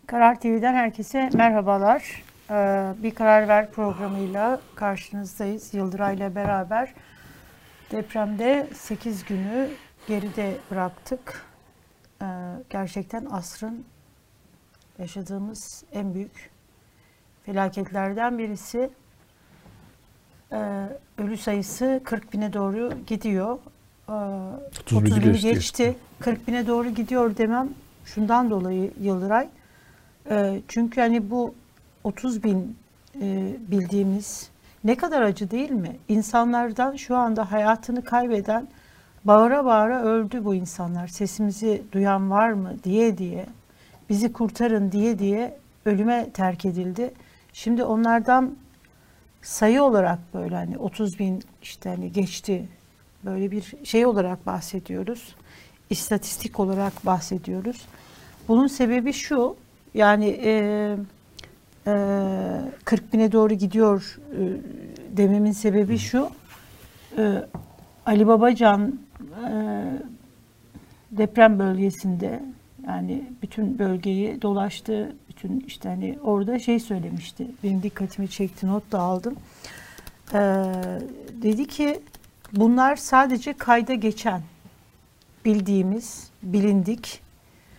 Karar TV'den herkese merhabalar. Bir Karar Ver programıyla karşınızdayız. Yıldıray'la beraber depremde 8 günü geride bıraktık. Gerçekten asrın yaşadığımız en büyük felaketlerden birisi. Ölü sayısı 40 bine doğru gidiyor. 30 bini geçti. 40 bine doğru gidiyor demem şundan dolayı Yıldıray. Çünkü hani bu 30 bin bildiğimiz ne kadar acı değil mi? İnsanlardan şu anda hayatını kaybeden, bağıra bağıra öldü bu insanlar. Sesimizi duyan var mı diye bizi kurtarın diye ölüme terk edildi. Şimdi onlardan sayı olarak böyle hani 30 bin işte hani geçti böyle bir şey olarak bahsediyoruz. İstatistik olarak bahsediyoruz. Bunun sebebi şu. Yani 40 bine doğru gidiyor dememin sebebi şu. Ali Babacan deprem bölgesinde yani bütün bölgeyi dolaştı. Bütün işte hani orada şey söylemişti. Benim dikkatimi çekti, not da aldım. Dedi ki bunlar sadece kayda geçen bildiğimiz, bilindik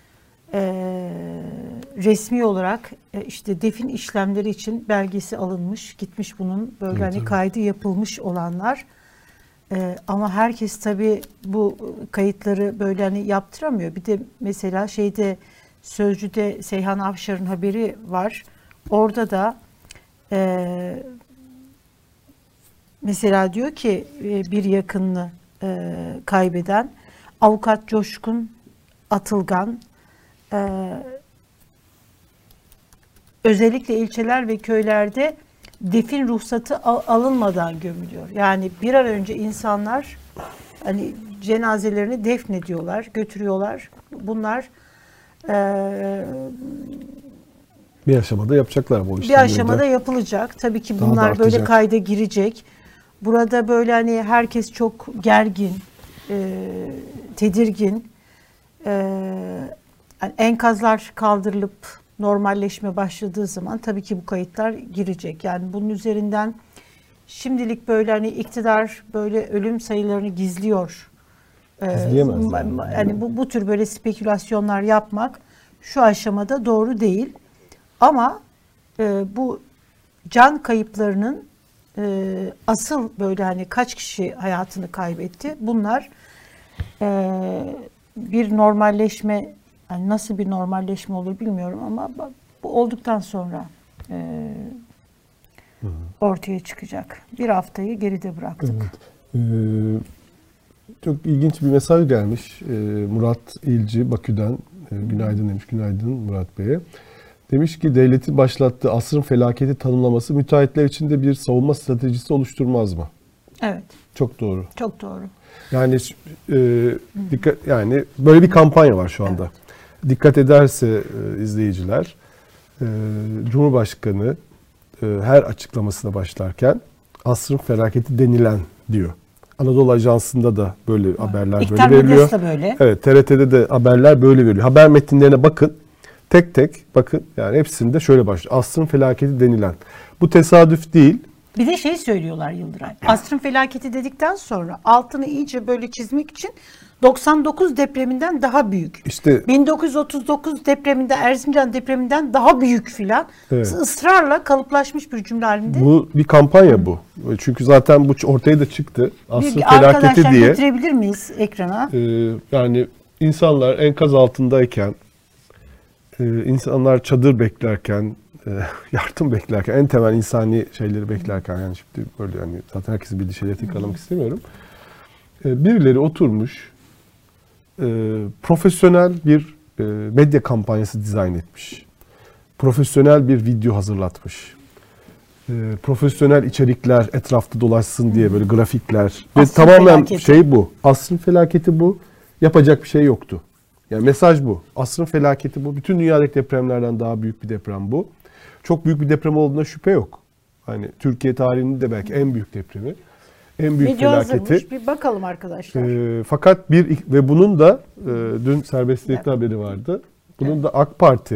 resmi olarak işte defin işlemleri için belgesi alınmış, gitmiş bunun böyle hani kaydı yapılmış olanlar. Ama herkes tabii bu kayıtları böyle hani yaptıramıyor. Bir de mesela şeyde Sözcü'de Seyhan Avşar'ın haberi var. Orada da mesela diyor ki bir yakınını kaybeden avukat Coşkun Atılgan özellikle ilçeler ve köylerde defin ruhsatı alınmadan gömülüyor. Yani bir an önce insanlar hani cenazelerini defnediyorlar, götürüyorlar. Bunlar bir aşamada yapacaklar bu işleri. Bir aşamada yapılacak. Tabii ki bunlar böyle kayda girecek. Burada böyle hani herkes çok gergin, tedirgin. Yani enkazlar kaldırılıp normalleşme başladığı zaman tabii ki bu kayıtlar girecek. Yani bunun üzerinden şimdilik böyle hani iktidar böyle ölüm sayılarını gizliyor. Gizleyemezler. Yani bu tür böyle spekülasyonlar yapmak şu aşamada doğru değil. Ama bu can kayıplarının asıl böyle hani kaç kişi hayatını kaybetti? Bunlar bir normalleşme, yani nasıl bir normalleşme olur bilmiyorum ama bu olduktan sonra ortaya çıkacak. Bir haftayı geride bıraktık. Evet. Çok ilginç bir mesaj gelmiş. Murat İlci Bakü'den. Günaydın demiş. Günaydın Murat Bey'e. Demiş ki devletin başlattığı asrın felaketi tanımlaması müteahhitler için de bir savunma stratejisi oluşturmaz mı? Evet. Çok doğru. Çok doğru. Yani dikkat, yani böyle bir kampanya var şu anda. Evet. Dikkat ederse izleyiciler, Cumhurbaşkanı her açıklamasına başlarken asrın felaketi denilen diyor. Anadolu Ajansı'nda da böyle haberler İktar böyle veriliyor. Da böyle. Evet, TRT'de de haberler böyle veriliyor. Haber metinlerine bakın. Tek tek bakın. Yani hepsinde şöyle başlıyor. Asrın felaketi denilen. Bu tesadüf değil. Bir de şey söylüyorlar Yıldıray. Asrın felaketi dedikten sonra altını iyice böyle çizmek için 99 depreminden daha büyük. İşte 1939 depreminde, Erzincan depreminden daha büyük filan. Evet. Israrla kalıplaşmış bir cümle halinde. Bu bir kampanya bu. Çünkü zaten bu ortaya da çıktı. Asrın felaketi arkadaşlar diye. Getirebilir miyiz ekrana? Yani insanlar enkaz altındayken, insanlar çadır beklerken, yardım beklerken, en temel insani şeyleri beklerken, yani şimdi böyle yani zaten herkesin bildiği şeyleri tekrarlamak istemiyorum. Birileri oturmuş, profesyonel bir medya kampanyası dizayn etmiş. Profesyonel bir video hazırlatmış. Profesyonel içerikler etrafta dolaşsın diye böyle grafikler. Ve tamamen felaketi. Şey bu. Asrın felaketi bu. Yapacak bir şey yoktu. Yani mesaj bu. Asrın felaketi bu. Bütün dünyadaki depremlerden daha büyük bir deprem bu. Çok büyük bir deprem olduğuna şüphe yok. Hani Türkiye tarihinin de belki en büyük depremi. En büyük video felaketi. Hazırmış. Bir bakalım arkadaşlar. Fakat ve bunun da dün serbestiyetli haberi vardı. Bunun da AK Parti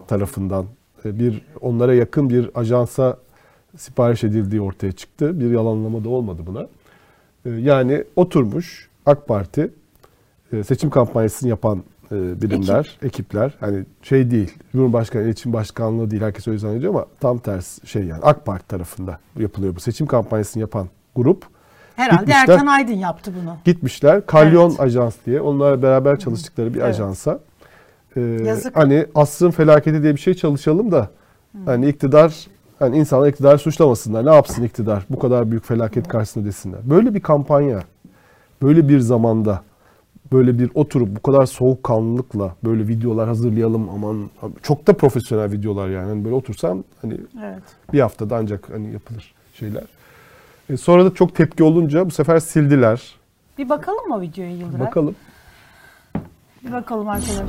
tarafından onlara yakın bir ajansa sipariş edildiği ortaya çıktı. Bir yalanlama da olmadı buna. Yani oturmuş AK Parti seçim kampanyasını yapan birimler, ekipler, hani şey değil, Cumhurbaşkanı İletişim Başkanlığı değil, herkes öyle zannediyor ama tam tersi şey, yani AK Parti tarafında yapılıyor bu seçim kampanyasını yapan grup. Herhalde Erkan Aydın yaptı bunu. Gitmişler Kalyon Ajans diye, onlarla beraber çalıştıkları bir ajansa. Hani asrın felaketi diye bir şey çalışalım da hani iktidar, hani insanlar iktidar suçlamasınlar. Ne yapsın iktidar bu kadar büyük felaket karşısında desinler. Böyle bir kampanya, böyle bir zamanda, böyle bir oturup bu kadar soğukkanlılıkla böyle videolar hazırlayalım, aman çok da profesyonel videolar yani. Hani böyle otursam hani bir haftada ancak hani yapılır şeyler. Sonra da çok tepki olunca bu sefer sildiler. Bir bakalım mı videoya Yıldıray? Bakalım. Bir bakalım arkadaşlar.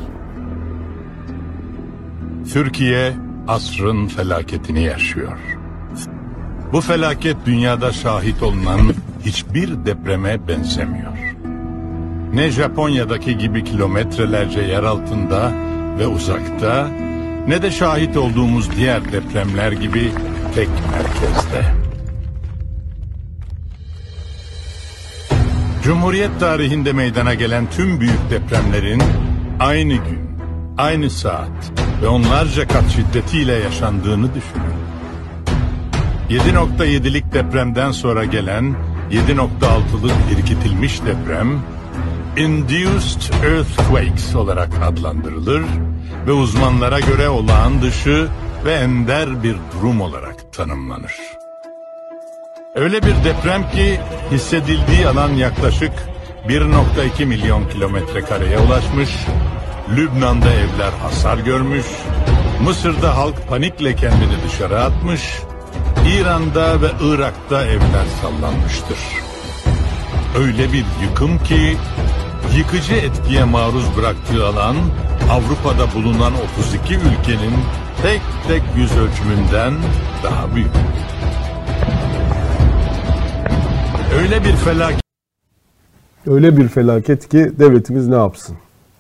Türkiye asrın felaketini yaşıyor. Bu felaket dünyada şahit olunan hiçbir depreme benzemiyor. Ne Japonya'daki gibi kilometrelerce yer altında ve uzakta, ne de şahit olduğumuz diğer depremler gibi tek merkezde. Cumhuriyet tarihinde meydana gelen tüm büyük depremlerin aynı gün, aynı saat ve onlarca kat şiddetiyle yaşandığını düşünün. 7.7'lik depremden sonra gelen 7.6'lık irkitilmiş deprem, Induced Earthquakes olarak adlandırılır ve uzmanlara göre olağan dışı ve ender bir durum olarak tanımlanır. Öyle bir deprem ki hissedildiği alan yaklaşık 1.2 milyon kilometre kareye ulaşmış, Lübnan'da evler hasar görmüş, Mısır'da halk panikle kendini dışarı atmış, İran'da ve Irak'ta evler sallanmıştır. Öyle bir yıkım ki yıkıcı etkiye maruz bıraktığı alan Avrupa'da bulunan 32 ülkenin tek tek yüz ölçümünden daha büyük. Öyle bir felaket ki devletimiz ne yapsın?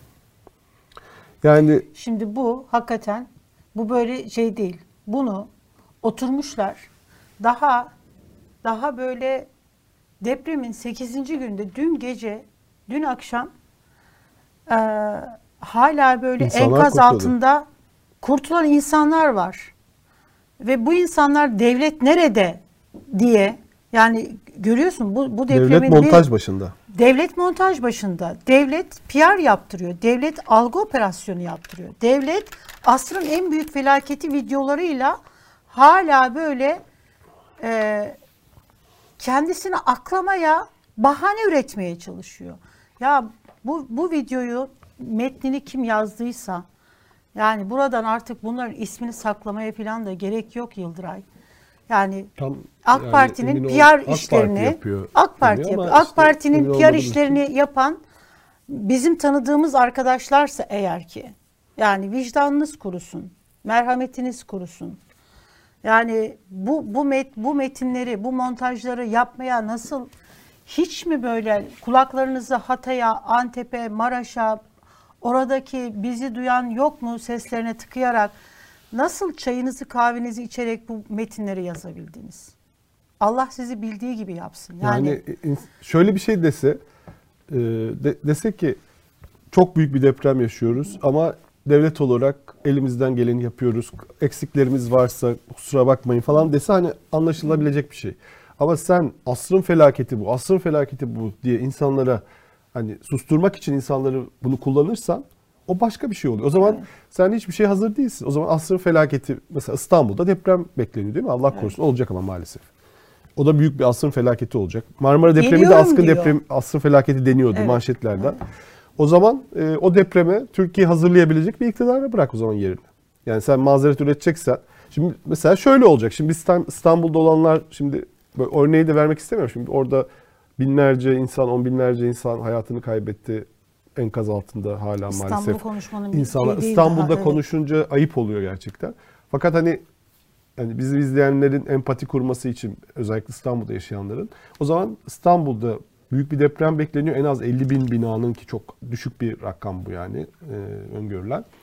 Yani şimdi bu hakikaten bu böyle şey değil. Bunu oturmuşlar daha böyle depremin 8. günde dün akşam hala böyle İnsanlar enkaz kurtuldu. altında kurtulan insanlar var. Ve bu insanlar devlet nerede diye, yani görüyorsun bu depremin devlet montaj başında. Devlet montaj başında. Devlet PR yaptırıyor. Devlet algı operasyonu yaptırıyor. Devlet asrın en büyük felaketi videolarıyla hala böyle kendisini aklamaya, bahane üretmeye çalışıyor. Ya bu videoyu, metnini kim yazdıysa, yani buradan artık bunların ismini saklamaya falan da gerek yok Yıldıray. Yani AK Parti'nin PR işlerini AK Parti yapıyor. AK Parti'nin PR işlerini yapan bizim tanıdığımız arkadaşlarsa eğer ki, yani vicdanınız kurusun, merhametiniz kurusun. Yani bu metinleri, bu montajları yapmaya nasıl, hiç mi böyle kulaklarınızı Hatay'a, Antep'e, Maraş'a, oradaki bizi duyan yok mu seslerine tıkayarak nasıl çayınızı kahvenizi içerek bu metinleri yazabildiniz? Allah sizi bildiği gibi yapsın. Yani şöyle bir şey dese ki çok büyük bir deprem yaşıyoruz ama devlet olarak elimizden geleni yapıyoruz. Eksiklerimiz varsa kusura bakmayın falan dese hani anlaşılabilecek bir şey. Ama sen asrın felaketi bu, asrın felaketi bu diye insanlara, hani susturmak için insanları bunu kullanırsan o başka bir şey oluyor. O zaman sen hiçbir şey hazır değilsin. O zaman asrın felaketi, mesela İstanbul'da deprem bekleniyor değil mi? Allah korusun, olacak ama maalesef. O da büyük bir asrın felaketi olacak. Marmara depremi de asrın felaketi deniyordu manşetlerden. O zaman o depreme Türkiye hazırlayabilecek bir iktidara bırak o zaman yerini. Yani sen mazeret üreteceksen, şimdi mesela şöyle olacak. Şimdi İstanbul'da olanlar, şimdi böyle örneği de vermek istemiyorum. Şimdi orada binlerce insan, on binlerce insan hayatını kaybetti. Enkaz altında hala maalesef. İnsanlar İstanbul'da konuşunca ayıp oluyor gerçekten. Fakat hani bizi izleyenlerin empati kurması için, özellikle İstanbul'da yaşayanların, o zaman İstanbul'da büyük bir deprem bekleniyor. En az 50.000 binanın, ki çok düşük bir rakam bu yani öngörülen.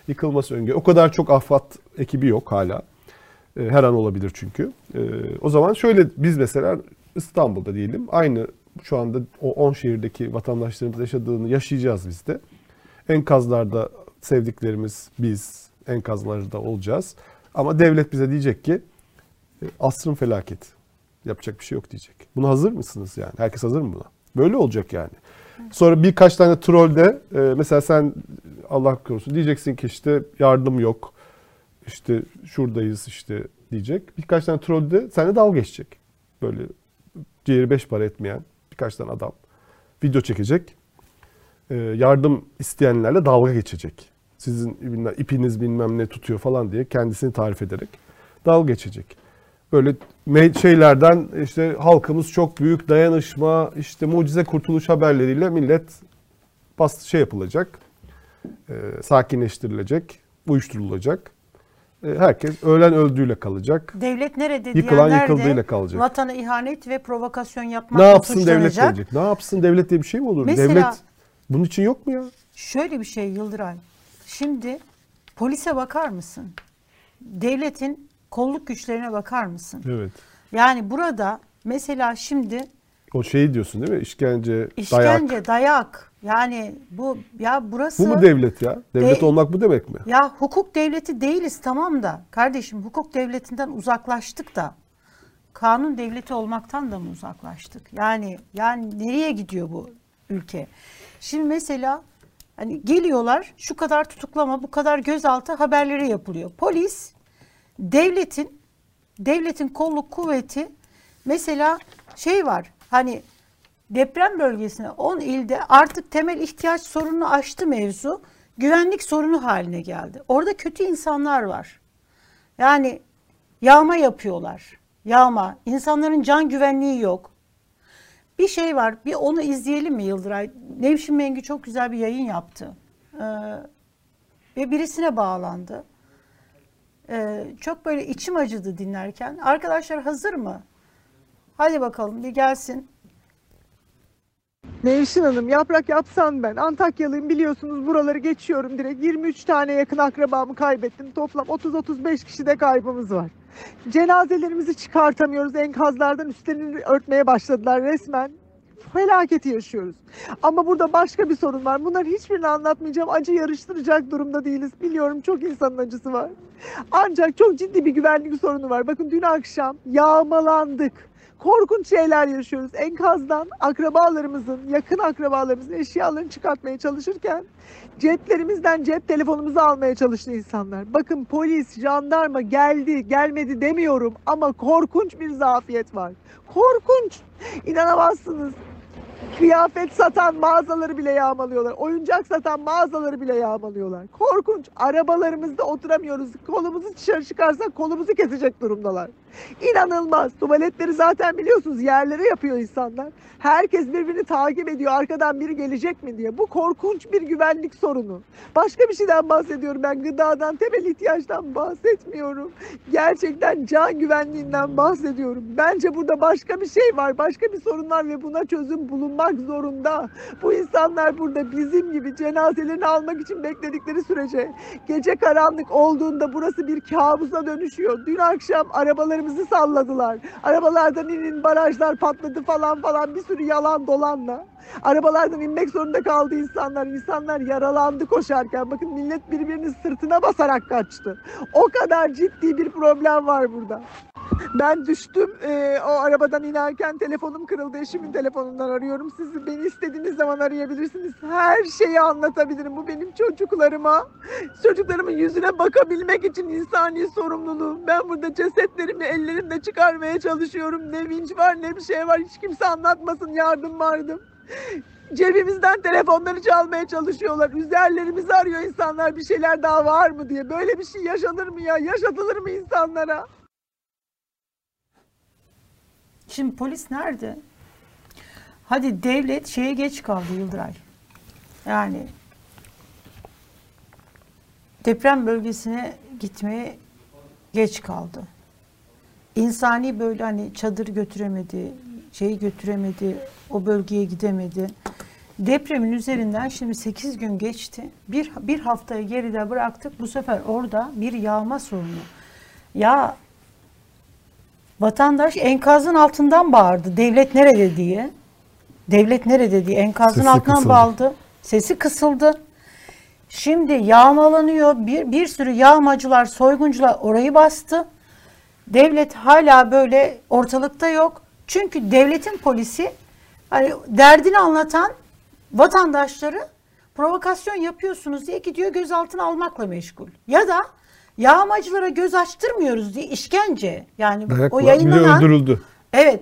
Yıkılması öngörülüyor. O kadar çok AFAD ekibi yok hala. Her an olabilir çünkü. O zaman şöyle, biz mesela İstanbul'da diyelim, aynı şu anda o 10 şehirdeki vatandaşlarımız yaşadığını yaşayacağız biz de. Enkazlarda sevdiklerimiz biz, enkazlarda olacağız. Ama devlet bize diyecek ki asrın felaketi. Yapacak bir şey yok diyecek. Buna hazır mısınız yani? Herkes hazır mı buna? Böyle olacak yani. Sonra birkaç tane troll de mesela sen Allah korusun diyeceksin ki işte yardım yok. İşte şuradayız işte diyecek. Birkaç tane troll de seninle dalga geçecek. Böyle ciğeri 5 para etmeyen birkaç tane adam video çekecek. Yardım isteyenlerle dalga geçecek. Sizin ipiniz bilmem ne tutuyor falan diye kendisini tarif ederek dalga geçecek. Böyle şeylerden işte halkımız çok büyük, dayanışma, işte mucize kurtuluş haberleriyle millet yapılacak, sakinleştirilecek, uyuşturulacak. Herkes ölen öldüğüyle kalacak. Devlet nerede yıkılan diyenler yıkıldığıyla de kalacak. vatana ihanet ve provokasyon yapmakla Ne yapsın suçlanacak. devlet diyecek? Ne yapsın devlet diye bir şey mi olur? Mesela, devlet bunun için yok mu ya? Şöyle bir şey Yıldıray. Şimdi polise bakar mısın? Devletin kolluk güçlerine bakar mısın? Evet. Yani burada mesela şimdi O şeyi diyorsun değil mi? İşkence, dayak. Yani bu burası... Bu mu devlet ya? Devlet olmak bu demek mi? Ya hukuk devleti değiliz tamam da kardeşim, hukuk devletinden uzaklaştık da kanun devleti olmaktan da mı uzaklaştık? Yani nereye gidiyor bu ülke? Şimdi mesela hani geliyorlar, şu kadar tutuklama, bu kadar gözaltı haberleri yapılıyor. Polis devletin kolluk kuvveti mesela var. Hani deprem bölgesine 10 ilde artık temel ihtiyaç sorununu aştı mevzu. Güvenlik sorunu haline geldi. Orada kötü insanlar var. Yani yağma yapıyorlar. Yağma. İnsanların can güvenliği yok. Bir şey var. Bir onu izleyelim mi Yıldıray? Nevşin Mengü çok güzel bir yayın yaptı. Ve birisine bağlandı. Çok böyle içim acıdı dinlerken. Arkadaşlar hazır mı? Hadi bakalım bir gelsin. Nevşin Hanım, yaprak yapsan ben. Antakyalıyım biliyorsunuz, buraları geçiyorum direkt. 23 tane yakın akrabamı kaybettim. Toplam 30-35 kişi de kaybımız var. Cenazelerimizi çıkartamıyoruz. Enkazlardan üstlerini örtmeye başladılar resmen. Felaketi yaşıyoruz. Ama burada başka bir sorun var. Bunların hiçbirini anlatmayacağım. Acı yarıştıracak durumda değiliz. Biliyorum çok insanın acısı var. Ancak çok ciddi bir güvenlik sorunu var. Bakın dün akşam yağmalandık. Korkunç şeyler yaşıyoruz. Enkazdan yakın akrabalarımızın eşyalarını çıkartmaya çalışırken ceplerimizden cep telefonumuzu almaya çalıştı insanlar. Bakın polis, jandarma geldi, gelmedi demiyorum ama korkunç bir zafiyet var. Korkunç. İnanamazsınız. Kıyafet satan mağazaları bile yağmalıyorlar. Oyuncak satan mağazaları bile yağmalıyorlar. Korkunç. Arabalarımızda oturamıyoruz. Kolumuzu dışarı çıkarsak kolumuzu kesecek durumdalar. İnanılmaz. Tuvaletleri zaten biliyorsunuz yerlere yapıyor insanlar. Herkes birbirini takip ediyor. Arkadan biri gelecek mi diye. Bu korkunç bir güvenlik sorunu. Başka bir şeyden bahsediyorum ben. Gıdadan, temel ihtiyaçtan bahsetmiyorum. Gerçekten can güvenliğinden bahsediyorum. Bence burada başka bir şey var. Başka bir sorun var ve buna çözüm bulunmak zorunda. Bu insanlar burada bizim gibi cenazelerini almak için bekledikleri sürece gece karanlık olduğunda burası bir kabusa dönüşüyor. Dün akşam arabalarımızı salladılar. Arabalardan inin, barajlar patladı falan bir sürü yalan dolanla. Arabalardan inmek zorunda kaldı insanlar. İnsanlar yaralandı koşarken. Bakın millet birbirinin sırtına basarak kaçtı. O kadar ciddi bir problem var burada. Ben düştüm. O arabadan inerken telefonum kırıldı. Eşimin telefonundan arıyorum sizi. Beni istediğiniz zaman arayabilirsiniz. Her şeyi anlatabilirim. Bu benim çocuklarımın yüzüne bakabilmek için insani sorumluluğum. Ben burada cesetlerimi ellerimle çıkarmaya çalışıyorum. Ne vinç var ne bir şey var. Hiç kimse anlatmasın, yardım vardım. Cebimizden telefonları çalmaya çalışıyorlar. Üzerlerimizi arıyor insanlar, bir şeyler daha var mı diye. Böyle bir şey yaşanır mı ya? Yaşatılır mı insanlara? Şimdi polis nerede? Hadi devlet şeye geç kaldı Yıldıray. Yani deprem bölgesine gitmeye geç kaldı. İnsani böyle hani çadır götüremedi, şeyi götüremedi, o bölgeye gidemedi. Depremin üzerinden şimdi 8 gün geçti. Bir haftayı geride bıraktık. Bu sefer orada bir yağma sorunu. Ya vatandaş enkazın altından bağırdı. Devlet nerede diye. Devlet nerede diye enkazın Sesi altından kısıldı. bağırdı. Sesi kısıldı. Şimdi yağmalanıyor. Bir sürü yağmacılar, soyguncular orayı bastı. Devlet hala böyle ortalıkta yok. Çünkü devletin polisi hani derdini anlatan vatandaşları provokasyon yapıyorsunuz diye gidiyor gözaltına almakla meşgul. Ya da yağmacılara göz açtırmıyoruz diye işkence. Yani Dayak o var. yayınlanan... Bir de öldürüldü. Evet.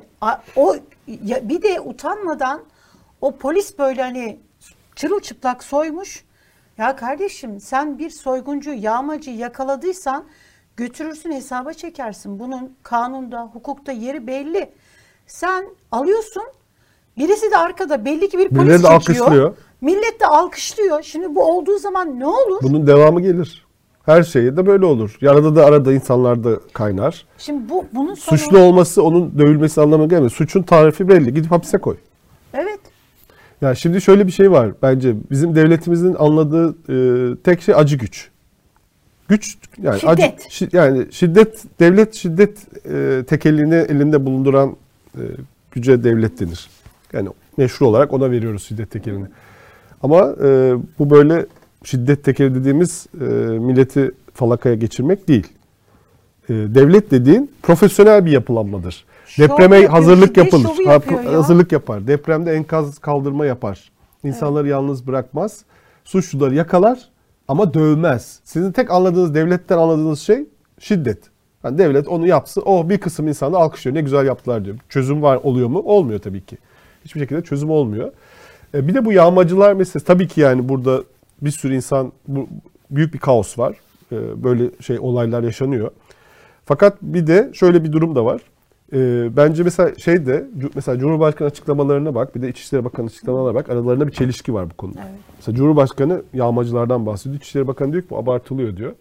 Bir de utanmadan o polis böyle hani çırılçıplak soymuş. Ya kardeşim sen bir soyguncu, yağmacı yakaladıysan götürürsün hesaba çekersin. Bunun kanunda, hukukta yeri belli. Sen alıyorsun. Birisi de arkada belli ki bir polis Millet de çekiyor. alkışlıyor. Millet de alkışlıyor. Şimdi bu olduğu zaman ne olur? Bunun devamı gelir. Her şeye de böyle olur. Arada insanlar da kaynar. Şimdi bunun sonu... Suçlu olması onun dövülmesi anlamına gelmiyor. Suçun tarifi belli. Gidip hapse koy. Evet. Ya şimdi şöyle bir şey var bence. Bizim devletimizin anladığı tek şey acı güç. Güç yani Şiddet. Devlet şiddet tekelini elinde bulunduran güce devlet denir. Yani meşru olarak ona veriyoruz şiddet tekelini. Ama bu böyle şiddet tekeli dediğimiz milleti falakaya geçirmek değil. Devlet dediğin profesyonel bir yapılanmadır. Depreme hazırlık yapılır. Hazırlık yapar. Depremde enkaz kaldırma yapar. İnsanları yalnız bırakmaz. Suçluları yakalar ama dövmez. Sizin tek anladığınız, devletten anladığınız şey şiddet. Yani devlet onu yapsın. Bir kısım insan da alkışlıyor. Ne güzel yaptılar diyor. Çözüm oluyor mu? Olmuyor tabii ki. Hiçbir şekilde çözüm olmuyor. Bir de bu yağmacılar meselesi. Tabii ki yani burada bir sürü insan, büyük bir kaos var. Böyle olaylar yaşanıyor. Fakat bir de şöyle bir durum da var. Bence mesela Cumhurbaşkanı açıklamalarına bak, bir de İçişleri Bakanı açıklamalarına bak. Aralarında bir çelişki var bu konuda. Evet. Mesela Cumhurbaşkanı yağmacılardan bahsediyor. İçişleri Bakanı diyor ki bu abartılıyor diyor.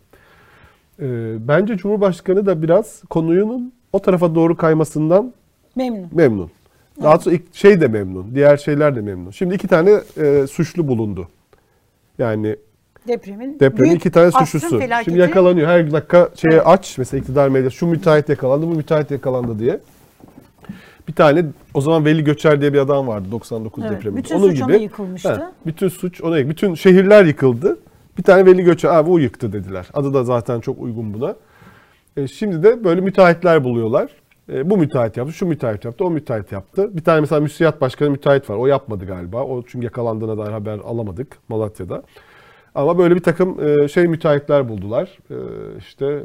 Bence Cumhurbaşkanı da biraz konunun o tarafa doğru kaymasından memnun. Daha sonra de memnun. Diğer şeyler de memnun. Şimdi 2 tane suçlu bulundu. Yani depremin 2 tane suçlusu. Şimdi yakalanıyor. Her dakika aç. Mesela iktidar medyası şu müteahhit yakalandı, bu müteahhit yakalandı diye. Bir tane o zaman Veli Göçer diye bir adam vardı 99 depreminde. Bütün suç ona yıkılmıştı. Bütün suç ona yıkıldı. Bütün şehirler yıkıldı. Bir tane Veli Göçer, bu yıktı dediler. Adı da zaten çok uygun buna. Şimdi de böyle müteahhitler buluyorlar. Bu müteahhit yaptı, şu müteahhit yaptı, o müteahhit yaptı. Bir tane mesela müsiyat başkanı müteahhit var. O yapmadı galiba. O çünkü yakalandığına dair haber alamadık Malatya'da. Ama böyle bir takım müteahhitler buldular. İşte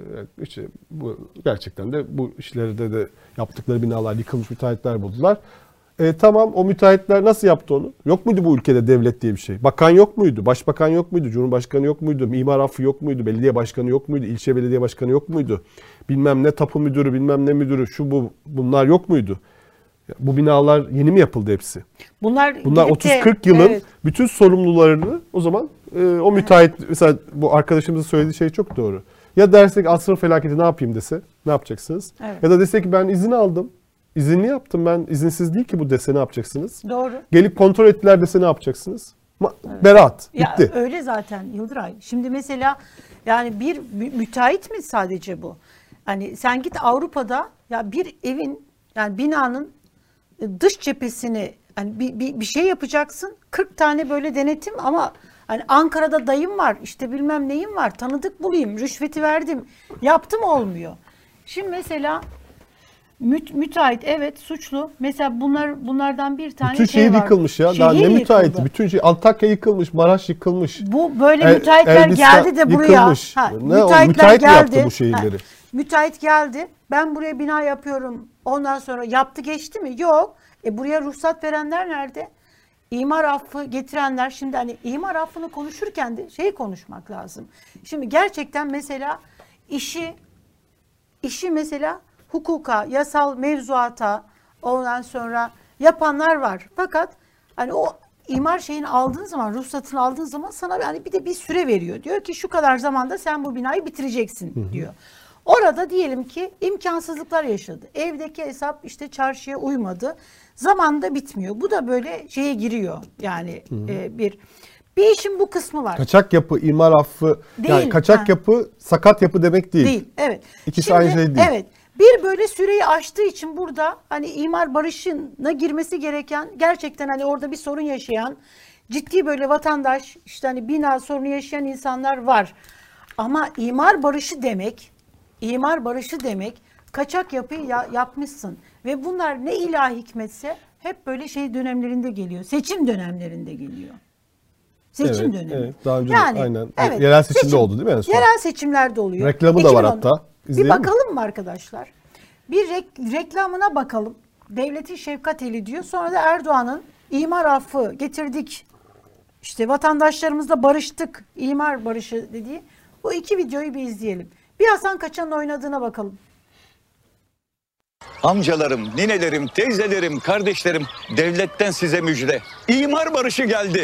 bu gerçekten de bu işlerde de yaptıkları binalar yıkılmış müteahhitler buldular. Tamam, o müteahhitler nasıl yaptı onu? Yok muydu bu ülkede devlet diye bir şey? Bakan yok muydu? Başbakan yok muydu? Cumhurbaşkanı yok muydu? Mimar affı yok muydu? Belediye başkanı yok muydu? İlçe belediye başkanı yok muydu? Bilmem ne tapu müdürü, bilmem ne müdürü, bunlar yok muydu? Bu binalar yeni mi yapıldı hepsi? Bunlar 30-40 yılın bütün sorumlularını o zaman o müteahhit, mesela bu arkadaşımızın söylediği şey çok doğru. Ya dersek asrın felaketi ne yapayım dese, ne yapacaksınız? Evet. Ya da desek ki ben izin aldım. İzinli yaptım ben, izinsiz değil ki bu dese ne yapacaksınız? Doğru. Gelip kontrol ettiler dese ne yapacaksınız? Beraat, bitti. Ya öyle zaten Yıldıray. Şimdi mesela yani bir müteahhit mi sadece bu? Hani sen git Avrupa'da ya bir evin yani binanın dış cephesini hani bir şey yapacaksın. 40 tane böyle denetim ama hani Ankara'da dayım var, işte bilmem neyim var, tanıdık bulayım, rüşveti verdim, yaptım olmuyor. Şimdi mesela müteahhit evet suçlu. Mesela bunlardan bir tane bütün şehir yıkılmış ya. Daha ne müteahhiti? Bütün Antakya yıkılmış, Maraş yıkılmış. Bu böyle müteahhitler geldi de buraya. Müteahhit yaptı bu şehirleri. Müteahhit geldi. Ben buraya bina yapıyorum. Ondan sonra yaptı geçti mi? Yok. Buraya ruhsat verenler nerede? İmar affı getirenler. Şimdi hani imar affını konuşurken de konuşmak lazım. Şimdi gerçekten mesela işi mesela hukuka, yasal mevzuata ondan sonra yapanlar var. Fakat hani o imar şeyini aldığın zaman, ruhsatını aldığın zaman sana yani bir de bir süre veriyor. Diyor ki şu kadar zamanda sen bu binayı bitireceksin diyor. Orada diyelim ki imkansızlıklar yaşadı. Evdeki hesap işte çarşıya uymadı. Zamanında bitmiyor. Bu da böyle şeye giriyor. Yani bir işin bu kısmı var. Kaçak yapı, imar affı, Değil. yani kaçak yapı sakat yapı demek değil. Değil, evet. İkisi aynı şey değil. Evet. Bir böyle süreyi aştığı için burada hani imar barışına girmesi gereken, gerçekten hani orada bir sorun yaşayan ciddi böyle vatandaş, işte hani bina sorunu yaşayan insanlar var. Ama imar barışı demek kaçak yapıyı yapmışsın ve bunlar ne ilahi hikmetse hep böyle şey dönemlerinde geliyor. Seçim dönemlerinde geliyor. Seçim dönemi. Evet, daha önce yani, aynen. Evet, Yerel seçimde oldu değil mi en son? Yerel seçimlerde oluyor. Reklamı da var hatta. Bir İzleyelim mi? bakalım mı arkadaşlar? Bir reklamına bakalım. Devletin şefkat eli diyor. Sonra da Erdoğan'ın imar affı getirdik. İşte vatandaşlarımızla barıştık. İmar barışı dediği. Bu iki videoyu bir izleyelim. Bir Hasan Kaçan'ın oynadığına bakalım. Amcalarım, ninelerim, teyzelerim, kardeşlerim, devletten size müjde. İmar barışı geldi.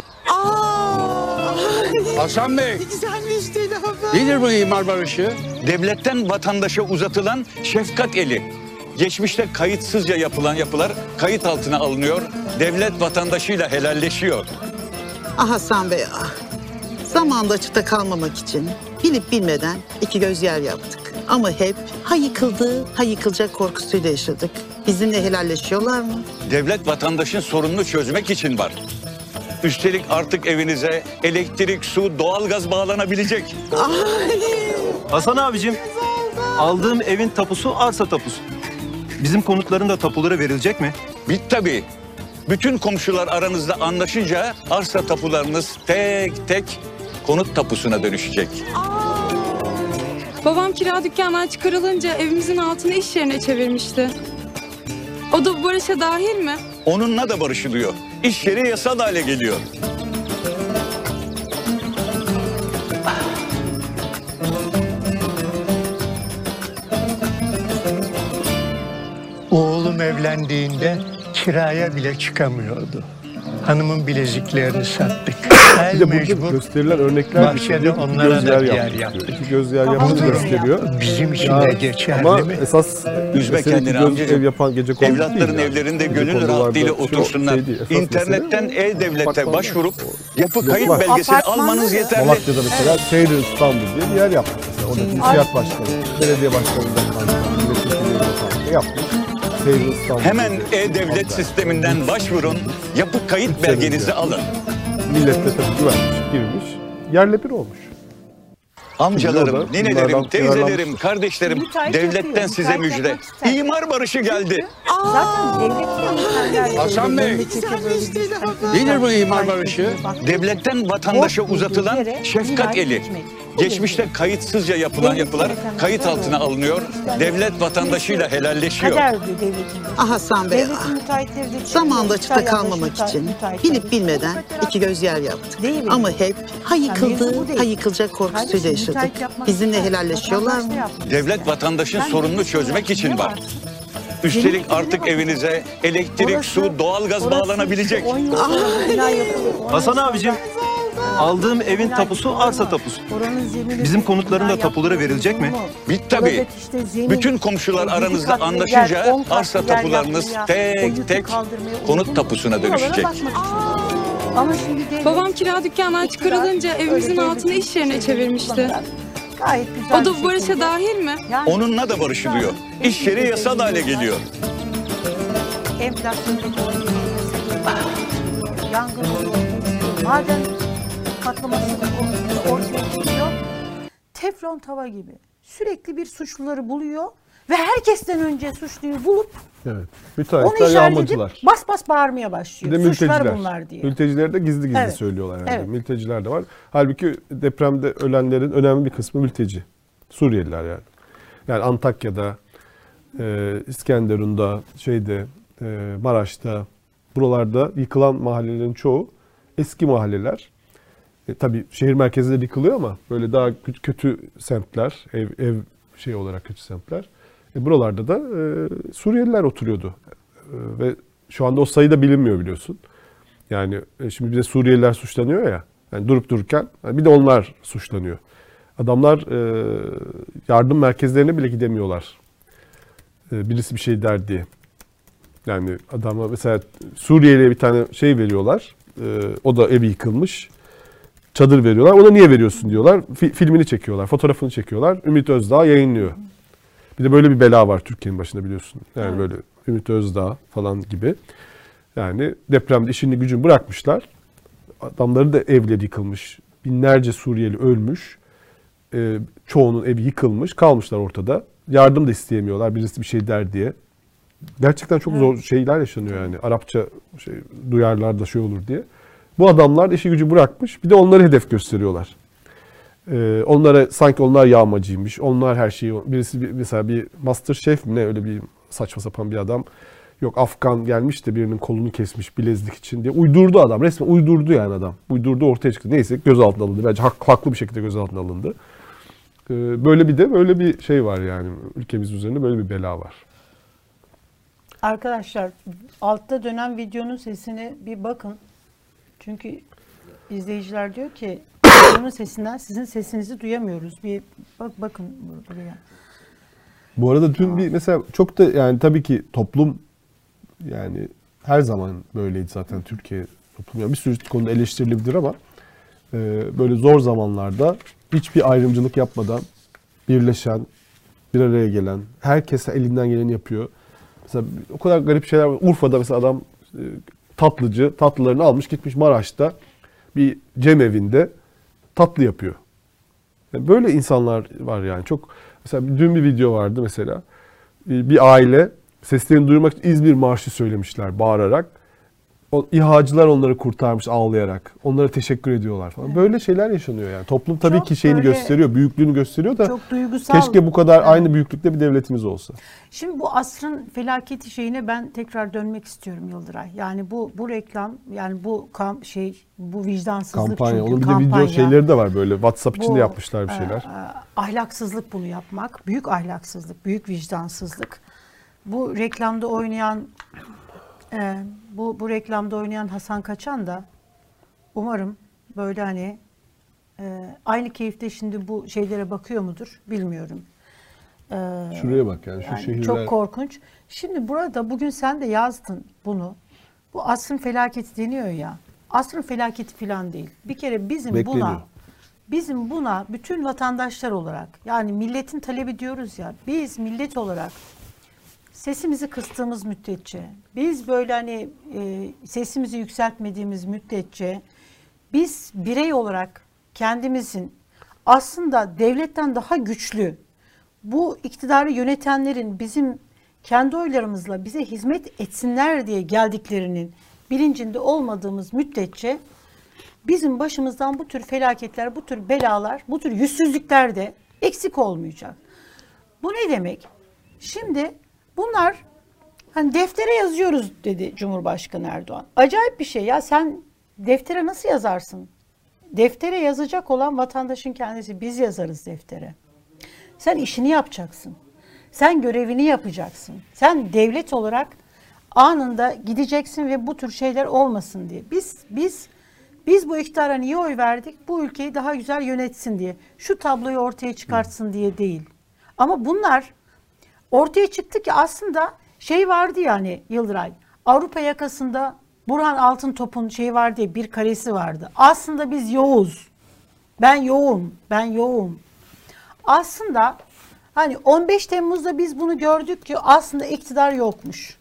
Hasan Bey, Güzel müjdeli haber. nedir bu imar barışı? Devletten vatandaşa uzatılan şefkat eli. Geçmişte kayıtsızca yapılan yapılar kayıt altına alınıyor. Devlet vatandaşıyla helalleşiyor. Ah Hasan Bey ah. Zamanında açıkta kalmamak için bilip bilmeden iki göz yer yaptık. Ama hep ha yıkıldı ha yıkılacak korkusuyla yaşadık. Bizimle helalleşiyorlar mı? Devlet vatandaşın sorununu çözmek için var. Üstelik artık evinize elektrik, su, doğalgaz bağlanabilecek. Hasan abicim, aldığım evin tapusu arsa tapusu. Bizim konutların da tapuları verilecek mi? Bit tabii. Bütün komşular aranızda anlaşınca arsa tapularınız tek tek konut tapusuna dönüşecek. Babam kira dükkandan çıkarılınca evimizin altını iş yerine çevirmişti. O da bu barışa dahil mi? Onunla da barışılıyor. İş yeri yasal hale geliyor. Oğlum evlendiğinde kiraya bile çıkamıyordu. Hanımın bileziklerini sattık. Bir El de burada mecbur gösterilen örnekler bahçede diyor ki onlara da yer yaptık yaptık. diyor. İki göz yer Tamam, yaptığını evet. gösteriyor. bizim için Ya, de geçerli ama mi? esas Üzme mesele kendini iki göz amcacığım. ev yapan gecekondu Evlatların değil yani. evlerinde gönül Gecekondularda rahatlığıyla şey otursunlar. değil. Esas İnternetten mesele E-Devlet'e apartmanlar. başvurup O yapı süreç kayıt var. belgesini Apartmanlar almanız ya. yeterli. Malatya'da mesela Seyir İstanbul diye bir yer yaptık mesela. Oradaki müsiyat başkanı, belediye başkanından milletvekilleri yaptık. Seyir İstanbul. Hemen diye. E-Devlet sisteminden başvurun, yapı kayıt belgenizi alın. Millet de tabii güvenmiş, girmiş, yerle bir olmuş. Amcalarım, Bunlardan ninelerim, teyzelerim, yararlanmışlar. kardeşlerim, Müteahhit devletten yapıyor, size müteahhit müjde. yapmak ister. İmar barışı geldi. Zaten devlet Hasan Bey, nedir bu imar barışı? Devletten vatandaşa Borç uzatılan bildirerek şefkat binayı eli. yıkmak. Bu Geçmişte dedi. kayıtsızca yapılan Devlet yapılar yönetenler kayıt böyle altına oldu. alınıyor. Yani Devlet vatandaşıyla helalleşiyor. Kader diyor devletin. Ah Hasan Bey ah. Devletin müteahhitleri de Zamanında açıkta İtalyan'da kalmamak şu için müteahhitler. bilip bilmeden Hukuka iki göz yer yaptık. Değil mi? Ama hep ha mevzu bu yıkıldı değil. ha yıkılacak korkusuyla Kardeşim, yaşadık. müteahhit yapmak Bizimle ister. helalleşiyorlar Vatandaş mı? da yapmak Devlet ister. vatandaşın Ben sorununu devletin çözmek için ne var. var? Üstelik Senin artık fikrine evinize elektrik, Orası- su, doğalgaz orası bağlanabilecek. işte 10 yıl sonra bina yapılıyor. Hasan Orası- abicim, aldığım evin tapusu arsa tapusu. Oranın zemini- Bizim konutların da bina tapuları yapılıyor, verilecek mi? mu? Bit tabii. Oradaki işte zemin, Bütün komşular yedi aranızda katlı anlaşınca yer, 10 katlı arsa yer tapularınız yapmaya, o yükü tek tek kaldırmaya konut uygun tapusuna mu? Buralara dönüşecek. bakmak için. Ama şimdi devlet- Babam kira dükkandan iktidar çıkarılınca öyle evimizin devletin altını iş yerine şeylerini çevirmişti. kullanarak gayet güzel O da bir bu barışa şekilde- dahil mi? Yani Onunla da barışılıyor. İş yeri yasal hale geliyor. Enflasyondaki yangın oluyor. Maden patlaması ortaya çıkıyor. Teflon tava gibi. Sürekli bir suçluları buluyor ve herkesten önce suçluyu bulup Evet. onu Müteahhitler, işaret edip yağmacılar. bas bas bağırmaya Bir başlıyor. de Suçlar mülteciler. bunlar diye. Mültecileri de gizli gizli Evet. söylüyorlar yani. Evet. Mülteciler de var. Halbuki depremde ölenlerin önemli bir kısmı mülteci. Suriyeliler yani. Yani Antakya'da, İskenderun'da, Maraş'ta, buralarda yıkılan mahallelerin çoğu eski mahalleler. Tabii şehir merkezinde yıkılıyor ama böyle daha kötü semtler, ev olarak kötü semtler. Buralarda da Suriyeliler oturuyordu. Ve şu anda o sayı da bilinmiyor biliyorsun. Yani şimdi bize Suriyeliler suçlanıyor ya. Yani durup dururken bir de onlar suçlanıyor. Adamlar yardım merkezlerine bile gidemiyorlar. Birisi bir şey der diye. Yani adama mesela Suriyeli'ye bir tane şey veriyorlar. O da evi yıkılmış. Çadır veriyorlar. Ona niye veriyorsun diyorlar. Filmini çekiyorlar. Fotoğrafını çekiyorlar. Ümit Özdağ yayınlıyor. Bir de böyle bir bela var Türkiye'nin başında biliyorsun. Yani evet. Böyle Ümit Özdağ falan gibi. Yani depremde işini gücünü bırakmışlar. Adamları da evleri yıkılmış. Binlerce Suriyeli ölmüş. Çoğunun evi yıkılmış. Kalmışlar ortada. Yardım da isteyemiyorlar. Birisi bir şey der diye. Gerçekten çok zor şeyler yaşanıyor yani. Arapça duyarlar da şey olur diye. Bu adamlar işi gücü bırakmış. Bir de onları hedef gösteriyorlar. Onlara sanki onlar yağmacıymış. Onlar her şeyi... Birisi mesela bir MasterChef mi ne öyle bir saçma sapan bir adam. Yok Afgan gelmiş de birinin kolunu kesmiş Bilezlik için diye. Uydurdu adam. Resmen uydurdu yani adam. Uydurdu ortaya çıktı. Neyse gözaltına alındı. Bence haklı bir şekilde gözaltına alındı. Böyle bir şey var yani. Ülkemiz üzerinde böyle bir bela var. Arkadaşlar altta dönen videonun sesine bir bakın. Çünkü izleyiciler diyor ki videonun sesinden sizin sesinizi duyamıyoruz. Bir bakın buraya. Bu arada dün bir mesela çok da yani tabii ki toplum yani her zaman böyleydi zaten Türkiye toplumu. Yani bir sürü konuda eleştirilebilir ama böyle zor zamanlarda hiçbir ayrımcılık yapmadan birleşen, bir araya gelen, herkes elinden geleni yapıyor. Mesela o kadar garip şeyler var. Urfa'da mesela adam tatlılarını almış gitmiş Maraş'ta bir cemevinde tatlı yapıyor. Yani böyle insanlar var yani. Çok mesela dün bir video vardı mesela. Bir aile seslerini duyurmak için İzmir Marşı söylemişler bağırarak. O İHA'cılar onları kurtarmış ağlayarak. Onlara teşekkür ediyorlar falan. Evet. Böyle şeyler yaşanıyor yani. Toplum tabii çok ki şeyini gösteriyor, büyüklüğünü gösteriyor da çok duygusal. Keşke bu kadar aynı büyüklükte bir devletimiz olsa. Şimdi bu asrın felaketi şeyine ben tekrar dönmek istiyorum Yıldıray. Yani bu reklam, yani bu bu vicdansızlık kampanya. Çünkü onun bir kampanya. De video şeyleri de var böyle WhatsApp içinde yapmışlar bir şeyler. Ahlaksızlık bunu yapmak, büyük ahlaksızlık, büyük vicdansızlık. Bu reklamda oynayan bu reklamda oynayan Hasan Kaçan da umarım böyle hani aynı keyifte şimdi bu şeylere bakıyor mudur bilmiyorum. Şuraya bak yani şu yani şehirler. Çok korkunç. Şimdi burada bugün sen de yazdın bunu. Bu asrın felaketi deniyor ya. Asrın felaketi falan değil. Bir kere bizim buna bütün vatandaşlar olarak yani milletin talebi diyoruz ya. Biz millet olarak sesimizi kıstığımız müddetçe, biz böyle hani sesimizi yükseltmediğimiz müddetçe biz birey olarak kendimizin aslında devletten daha güçlü bu iktidarı yönetenlerin bizim kendi oylarımızla bize hizmet etsinler diye geldiklerinin bilincinde olmadığımız müddetçe bizim başımızdan bu tür felaketler, bu tür belalar, bu tür yüzsüzlükler de eksik olmayacak. Bu ne demek? Şimdi bunlar hani deftere yazıyoruz dedi Cumhurbaşkanı Erdoğan. Acayip bir şey ya, sen deftere nasıl yazarsın? Deftere yazacak olan vatandaşın kendisi, biz yazarız deftere. Sen işini yapacaksın. Sen görevini yapacaksın. Sen devlet olarak anında gideceksin ve bu tür şeyler olmasın diye. Biz bu iktidara niye oy verdik? Bu ülkeyi daha güzel yönetsin diye. Şu tabloyu ortaya çıkartsın diye değil. Ama bunlar ortaya çıktı ki aslında şey vardı yani Yıldıray. Avrupa yakasında Burhan Altıntop'un şey vardı ya, bir karesi vardı. Aslında biz yoğuz. Ben yoğum. Aslında hani 15 Temmuz'da biz bunu gördük ki aslında iktidar yokmuş.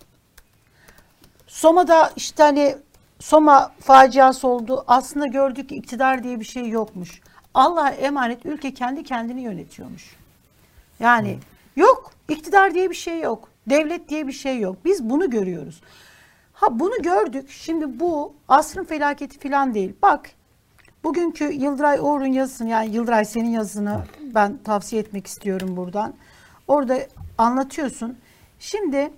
Soma'da işte hani Soma faciası oldu. Aslında gördük ki iktidar diye bir şey yokmuş. Allah'a emanet ülke kendi kendini yönetiyormuş. Yani yok, iktidar diye bir şey yok. Devlet diye bir şey yok. Biz bunu görüyoruz. Bunu gördük. Şimdi bu asrın felaketi falan değil. Bak, bugünkü Yıldıray Uğur'un yazısını, yani Yıldıray senin yazını ben tavsiye etmek istiyorum buradan. Orada anlatıyorsun. Şimdi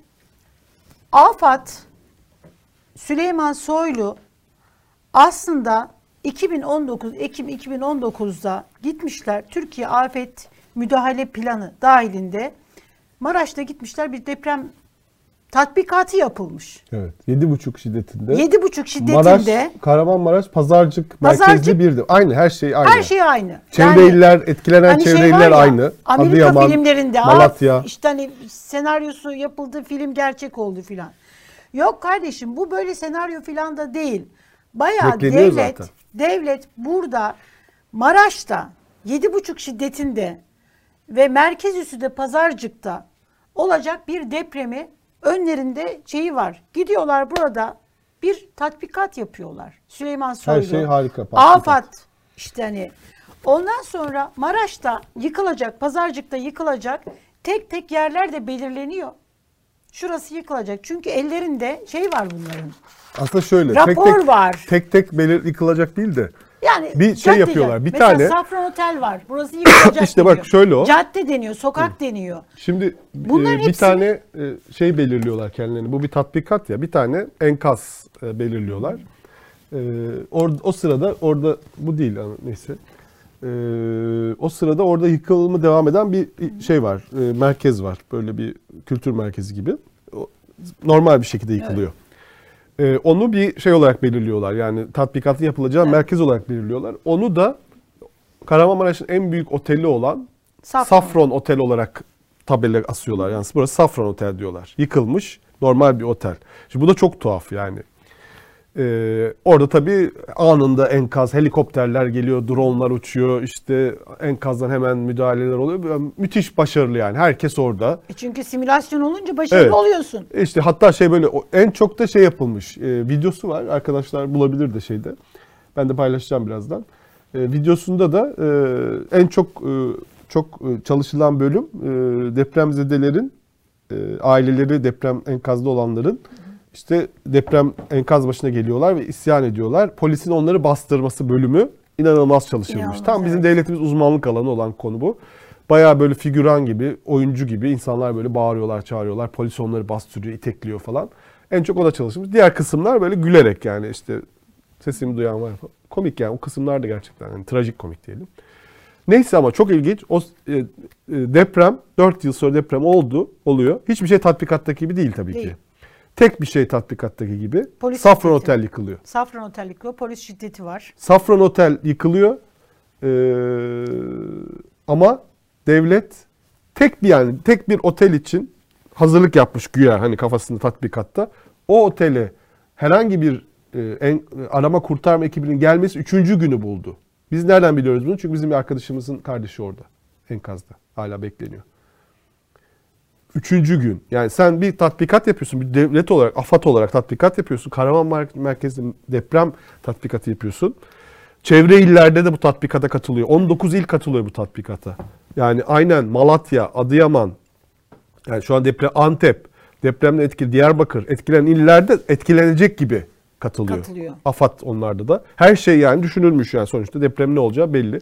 AFAD, Süleyman Soylu aslında Ekim 2019'da gitmişler Türkiye Afet Müdahale Planı dahilinde Maraş'ta gitmişler, bir deprem tatbikatı yapılmış. Evet. 7,5 şiddetinde. 7,5 şiddetinde. Maraş, Kahramanmaraş, Pazarcık merkezli birdi. Aynı, her şey aynı. Her şey aynı. Çevre iller, etkilenen hani çevre şey iller ya, aynı. Amerika Adıyaman, filmlerinde Malatya. işte hani senaryosu yapıldı, film gerçek oldu filan. Yok kardeşim, bu böyle senaryo filan da değil. Bayağı devlet burada Maraş'ta 7,5 şiddetinde ve merkez üssü de Pazarcık'ta olacak bir depremi önlerinde şeyi var. Gidiyorlar burada bir tatbikat yapıyorlar. Süleyman Soylu. Her şey harika. AFAD işte hani. Ondan sonra Maraş'ta yıkılacak, Pazarcık'ta yıkılacak tek tek yerler de belirleniyor. Şurası yıkılacak. Çünkü ellerinde şey var bunların. Aslında şöyle. Rapor var. Tek tek yıkılacak değil de. Yani bir şey yapıyorlar. Bir mesela tane. Safran Otel var. Burası yıkılacak İşte deniyor. bak şöyle o. Cadde deniyor, sokak deniyor. Şimdi bunların bir tane şey belirliyorlar kendilerini. Bu bir tatbikat ya. Bir tane enkaz belirliyorlar. O sırada orada bu değil neyse. O sırada orada yıkılımı devam eden bir şey var. Merkez var. Böyle bir kültür merkezi gibi. Normal bir şekilde yıkılıyor. Evet. Onu bir şey olarak belirliyorlar. Yani tatbikatın yapılacağı merkez olarak belirliyorlar. Onu da Kahramanmaraş'ın en büyük oteli olan Safran Otel olarak tabela asıyorlar. Yani burası Safran Otel diyorlar. Yıkılmış normal bir otel. Şimdi bu da çok tuhaf yani. Orada tabii anında enkaz, helikopterler geliyor, dronlar uçuyor, işte enkazdan hemen müdahaleler oluyor. Müthiş başarılı yani. Herkes orada. Çünkü simülasyon olunca başarılı oluyorsun. İşte hatta şey böyle en çok da şey yapılmış. Videosu var. Arkadaşlar bulabilir de şeyde. Ben de paylaşacağım birazdan. Videosunda da en çok çalışılan bölüm depremzedelerin aileleri, deprem enkazda olanların işte deprem enkaz başına geliyorlar ve isyan ediyorlar. Polisin onları bastırması bölümü inanılmaz çalışılmış. Tam bizim devletimiz uzmanlık alanı olan konu bu. Bayağı böyle figüran gibi, oyuncu gibi insanlar böyle bağırıyorlar, çağırıyorlar. Polis onları bastırıyor, itekliyor falan. En çok o da çalışılmış. Diğer kısımlar böyle gülerek yani işte sesimi duyan var falan. Komik yani o kısımlar da gerçekten yani trajik komik diyelim. Neyse ama çok ilginç. O deprem 4 yıl sonra deprem oluyor. Hiçbir şey tatbikattaki gibi değil tabii ki. Tek bir şey tatbikattaki gibi. Safran Otel yıkılıyor. Safran Otel yıkılıyor. Polis şiddeti var. Safran Otel yıkılıyor. Ama devlet tek bir otel için hazırlık yapmış güya hani kafasında tatbikatta. O otele herhangi bir arama kurtarma ekibinin gelmesi 3. günü buldu. Biz nereden biliyoruz bunu? Çünkü bizim bir arkadaşımızın kardeşi orada. Enkazda. Hala bekleniyor. 3. gün. Yani sen bir tatbikat yapıyorsun. Bir devlet olarak, AFAD olarak tatbikat yapıyorsun. Kahramanmaraş merkezli deprem tatbikatı yapıyorsun. Çevre illerde de bu tatbikata katılıyor. 19 il katılıyor bu tatbikata. Yani aynen Malatya, Adıyaman, yani şu an Antep, depremle etkili Diyarbakır, etkilenen illerde etkilenecek gibi katılıyor. AFAD onlarda da. Her şey yani düşünülmüş yani sonuçta deprem ne olacağı belli.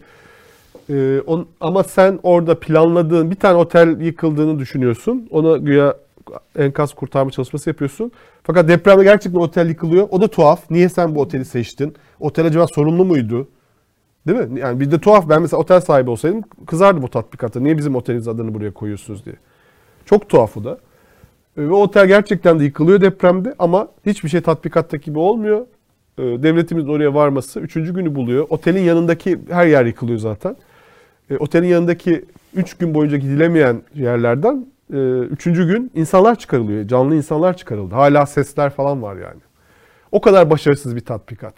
Ama sen orada planladığın bir tane otel yıkıldığını düşünüyorsun. Ona güya enkaz kurtarma çalışması yapıyorsun. Fakat depremde gerçekten otel yıkılıyor. O da tuhaf. Niye sen bu oteli seçtin? Otel acaba sorumlu muydu? Değil mi? Yani bir de tuhaf. Ben mesela otel sahibi olsaydım kızardım bu tatbikata. Niye bizim oteliniz adını buraya koyuyorsunuz diye. Çok tuhaf o da. Ve otel gerçekten de yıkılıyor depremde ama hiçbir şey tatbikattaki gibi olmuyor. Devletimizin oraya varması 3. günü buluyor. Otelin yanındaki her yer yıkılıyor zaten. Otelin yanındaki 3 gün boyunca gidilemeyen yerlerden 3. gün insanlar çıkarılıyor. Canlı insanlar çıkarıldı. Hala sesler falan var yani. O kadar başarısız bir tatbikat.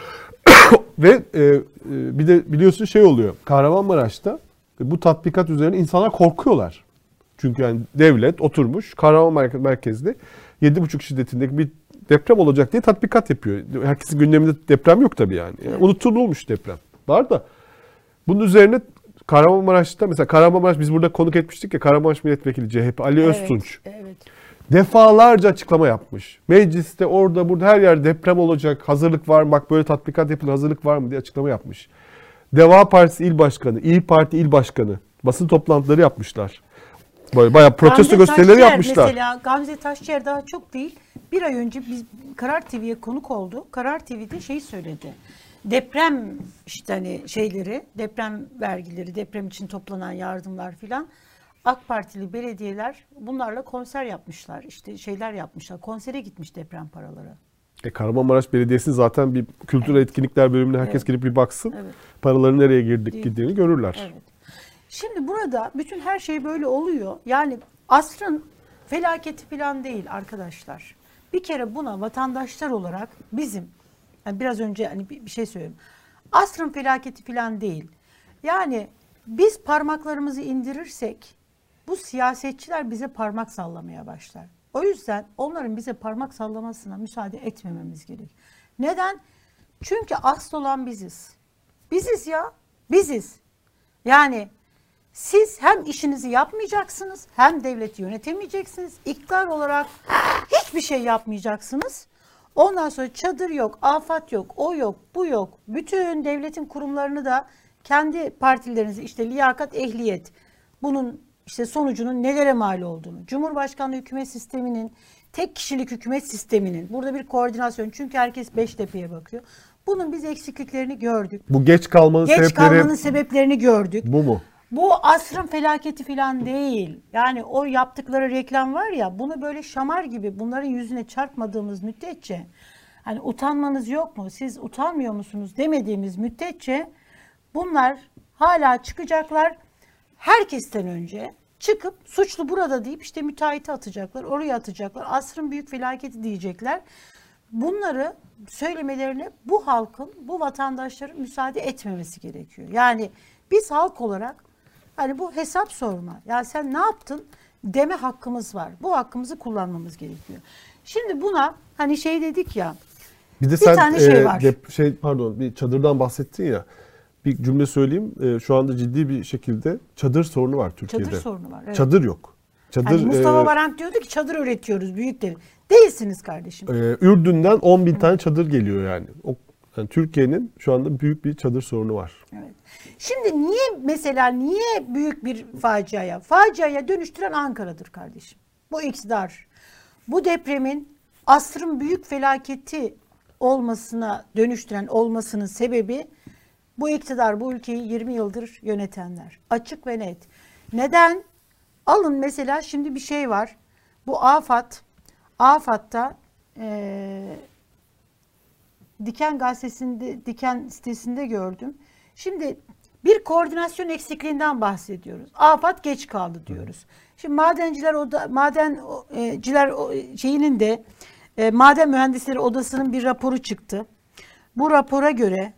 Ve bir de biliyorsun şey oluyor. Kahramanmaraş'ta bu tatbikat üzerine insanlar korkuyorlar. Çünkü yani devlet oturmuş Kahramanmaraş merkezde 7,5 şiddetindeki bir deprem olacak diye tatbikat yapıyor. Herkesin gündeminde deprem yok tabii yani. Unutulmuş deprem. Var da bunun üzerine Kahramanmaraş'ta mesela Kahramanmaraş biz burada konuk etmiştik ya Kahramanmaraş Milletvekili CHP Ali Öztunç. Evet. Defalarca açıklama yapmış. Mecliste orada burada her yer deprem olacak. Hazırlık var mı? Bak böyle tatbikat yapın hazırlık var mı diye açıklama yapmış. Deva Partisi İl Başkanı, İYİ Parti İl Başkanı basın toplantıları yapmışlar. Böyle bayağı protesto gösterileri yapmışlar. Mesela Gamze Taşçıyer daha çok değil. Bir ay önce biz Karar TV'ye konuk oldu. Karar TV'de şey söyledi. Deprem işte hani şeyleri, deprem vergileri, deprem için toplanan yardımlar filan AK Partili belediyeler bunlarla konser yapmışlar. İşte şeyler yapmışlar. Konsere gitmiş deprem paraları. Kahramanmaraş Belediyesi zaten bir kültürel etkinlikler bölümüne herkes gelip bir baksın. Evet. Paraların nereye gittiğini görürler. Evet. Şimdi burada bütün her şey böyle oluyor. Yani asrın felaketi falan değil arkadaşlar. Bir kere buna vatandaşlar olarak bizim, yani biraz önce hani bir şey söyleyeyim. Asrın felaketi falan değil. Yani biz parmaklarımızı indirirsek bu siyasetçiler bize parmak sallamaya başlar. O yüzden onların bize parmak sallamasına müsaade etmememiz gerek. Neden? Çünkü asıl olan biziz. Biziz ya. Biziz. Yani siz hem işinizi yapmayacaksınız, hem devleti yönetemeyeceksiniz. İktidar olarak hiçbir şey yapmayacaksınız. Ondan sonra çadır yok, afat yok, o yok, bu yok. Bütün devletin kurumlarını da kendi partilerinizi işte liyakat, ehliyet, bunun işte sonucunun nelere mal olduğunu, Cumhurbaşkanlığı hükümet sisteminin, tek kişilik hükümet sisteminin, burada bir koordinasyon, çünkü herkes Beştepe'ye bakıyor. Bunun biz eksikliklerini gördük. Bu geç kalmanın sebeplerini gördük. Bu mu? Bu asrın felaketi falan değil. Yani o yaptıkları reklam var ya, bunu böyle şamar gibi bunların yüzüne çarpmadığımız müddetçe, hani utanmanız yok mu, siz utanmıyor musunuz demediğimiz müddetçe bunlar hala çıkacaklar. Herkesten önce çıkıp suçlu burada deyip işte müteahhite atacaklar, oraya atacaklar, asrın büyük felaketi diyecekler. Bunları söylemelerine bu halkın, bu vatandaşların müsaade etmemesi gerekiyor. Yani biz halk olarak hani bu hesap sorma, ya sen ne yaptın deme hakkımız var. Bu hakkımızı kullanmamız gerekiyor. Şimdi buna hani şey dedik ya, bir de bir sen tane şey var. Bir çadırdan bahsettin ya. Bir cümle söyleyeyim. Şu anda ciddi bir şekilde çadır sorunu var Türkiye'de. Çadır sorunu var. Evet. Çadır yok. Çadır, hani Mustafa Varank diyordu ki çadır üretiyoruz büyükleri. Değilsiniz kardeşim. Ürdün'den 10.000 tane çadır geliyor yani. Yani Türkiye'nin şu anda büyük bir çadır sorunu var. Evet. Şimdi niye büyük bir faciaya dönüştüren Ankara'dır kardeşim. Bu iktidar. Bu depremin asrın büyük felaketi olmasına dönüştüren olmasının sebebi bu iktidar, bu ülkeyi 20 yıldır yönetenler. Açık ve net. Neden? Alın mesela şimdi bir şey var. Bu AFAD'da Diken gazetesinde, Diken sitesinde gördüm. Şimdi bir koordinasyon eksikliğinden bahsediyoruz. AFAD geç kaldı diyoruz. Şimdi Maden Mühendisleri Odası'nın bir raporu çıktı. Bu rapora göre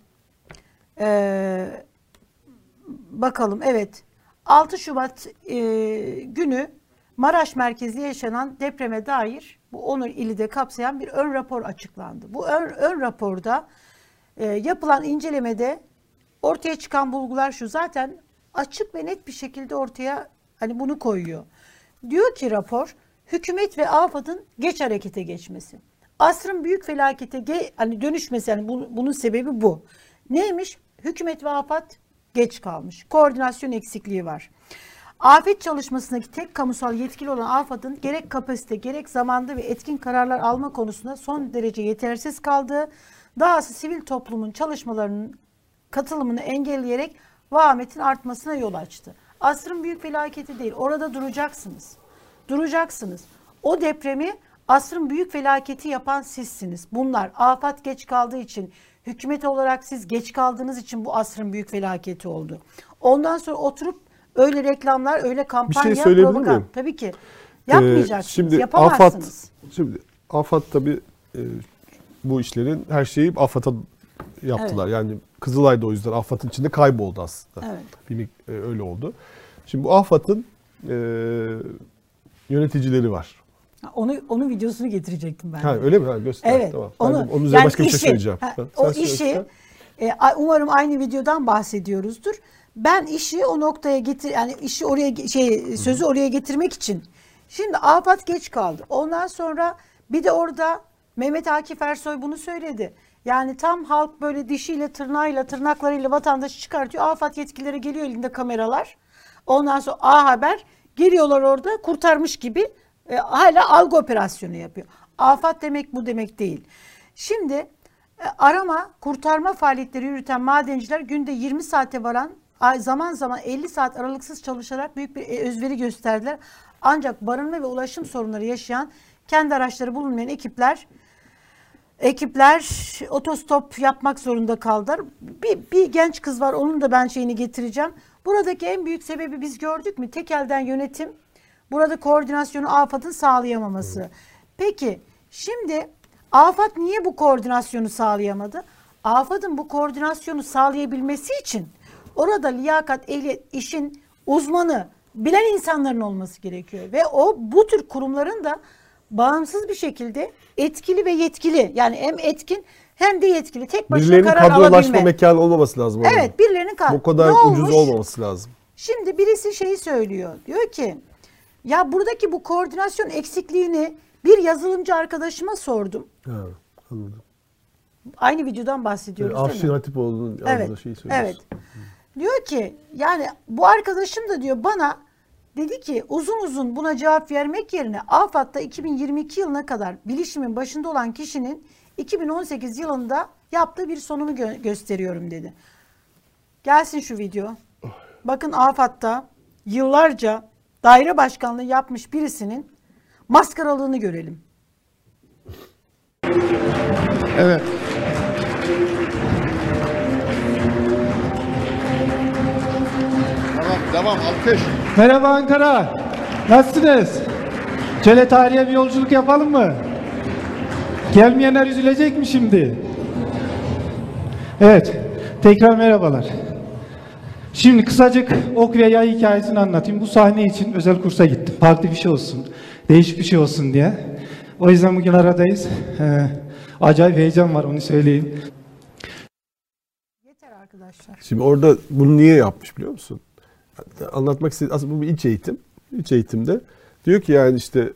bakalım, evet, 6 Şubat günü Maraş merkezli yaşanan depreme dair bu 10 ili de kapsayan bir ön rapor açıklandı. Bu ön raporda yapılan incelemede ortaya çıkan bulgular şu, zaten açık ve net bir şekilde ortaya hani bunu koyuyor. Diyor ki rapor, hükümet ve AFAD'ın geç harekete geçmesi. Asrın büyük felakete hani dönüşmesi, yani bunun sebebi bu. Neymiş? Hükümet ve AFAD geç kalmış. Koordinasyon eksikliği var. Afet çalışmasındaki tek kamusal yetkili olan AFAD'ın gerek kapasite gerek zamanda ve etkin kararlar alma konusunda son derece yetersiz kaldığı, dahası sivil toplumun çalışmalarının katılımını engelleyerek vahametin artmasına yol açtı. Asrın büyük felaketi değil. Orada duracaksınız. Duracaksınız. O depremi asrın büyük felaketi yapan sizsiniz. Bunlar AFAD geç kaldığı için, hükümet olarak siz geç kaldığınız için bu asrın büyük felaketi oldu. Ondan sonra oturup öyle reklamlar, öyle kampanya, propaganda. Tabii ki yapmayacaksınız, şimdi yapamazsınız. AFAD tabii bu işlerin her şeyi AFAD'a yaptılar. Evet. Yani Kızılay'da o yüzden AFAD'ın içinde kayboldu aslında. Evet. Öyle oldu. Şimdi bu AFAD'ın yöneticileri var. Onun videosunu getirecektim ben. Öyle mi? Göster. Evet. Tamam. Onun üzerine başka bir şey söyleyeceğim. O işi umarım aynı videodan bahsediyoruzdur. Ben işi o noktaya işi oraya sözü oraya getirmek için. Şimdi AFAD geç kaldı. Ondan sonra bir de orada Mehmet Akif Ersoy bunu söyledi. Yani tam halk böyle dişiyle, tırnaklarıyla vatandaşı çıkartıyor. AFAD yetkilileri geliyor, elinde kameralar. Ondan sonra A Haber geliyorlar, orada kurtarmış gibi hala algı operasyonu yapıyor. AFAD demek bu demek değil. Şimdi arama, kurtarma faaliyetleri yürüten madenciler günde 20 saate varan zaman zaman 50 saat aralıksız çalışarak büyük bir özveri gösterdiler. Ancak barınma ve ulaşım sorunları yaşayan, kendi araçları bulunmayan ekipler otostop yapmak zorunda kaldılar. Bir genç kız var, onun da ben şeyini getireceğim. Buradaki en büyük sebebi biz gördük mü? Tek elden yönetim, burada koordinasyonu AFAD'ın sağlayamaması. Evet. Peki şimdi AFAD niye bu koordinasyonu sağlayamadı? AFAD'ın bu koordinasyonu sağlayabilmesi için orada liyakat, ehliyet, işin uzmanı, bilen insanların olması gerekiyor. Ve bu tür kurumların da bağımsız bir şekilde etkili ve yetkili, yani hem etkin hem de yetkili, tek başına birilerinin karar alabilme. Birilerinin kadrolaşma mekanı olmaması lazım. Evet, birilerinin bu kadar ucuz olmaması lazım. Şimdi birisi şeyi söylüyor. Diyor ki ya buradaki bu koordinasyon eksikliğini bir yazılımcı arkadaşıma sordum. Ha, anladım. Aynı videodan bahsediyoruz değil mi? Afşin Hatipoğlu'nun yazdığı şeyi söylüyorsun. Evet. Diyor ki yani bu arkadaşım da diyor bana dedi ki uzun uzun buna cevap vermek yerine AFAD'da 2022 yılına kadar bilişimin başında olan kişinin 2018 yılında yaptığı bir sunumu gösteriyorum dedi. Gelsin şu video. Bakın AFAD'da yıllarca daire başkanlığı yapmış birisinin maskaralığını görelim. Evet. Tamam alkış. Merhaba Ankara. Nasılsınız? Şöyle tarihe bir yolculuk yapalım mı? Gelmeyenler üzülecek mi şimdi? Evet. Tekrar merhabalar. Şimdi kısacık ok ve yay hikayesini anlatayım. Bu sahne için özel kursa gittim. Farklı bir şey olsun, değişik bir şey olsun diye. O yüzden bugün aradayız. Acayip heyecan var, onu söyleyeyim. Yeter arkadaşlar. Şimdi orada bunu niye yapmış biliyor musun? Anlatmak istediğim aslında bu bir iç eğitim. İç eğitimde diyor ki yani işte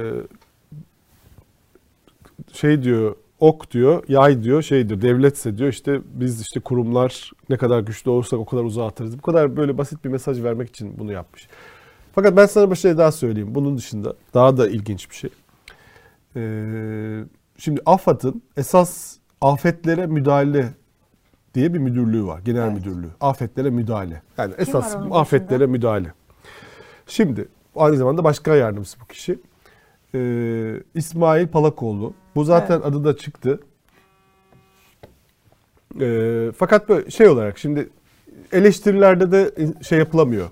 şey diyor, ok diyor, yay diyor, şeydir, devletse diyor işte biz işte kurumlar ne kadar güçlü olursak o kadar uzağa atarız. Bu kadar böyle basit bir mesaj vermek için bunu yapmış. Fakat ben sana bir şey daha söyleyeyim. Bunun dışında daha da ilginç bir şey. Şimdi AFAD'ın esas afetlere müdahale diye bir müdürlüğü var. Genel müdürlüğü. Afetlere müdahale. Yani esas afetlere müdahale. Şimdi aynı zamanda başkan yardımcısı bu kişi. İsmail Palakoğlu. Bu zaten adı da çıktı. Fakat böyle şey olarak şimdi eleştirilerde de şey yapılamıyor.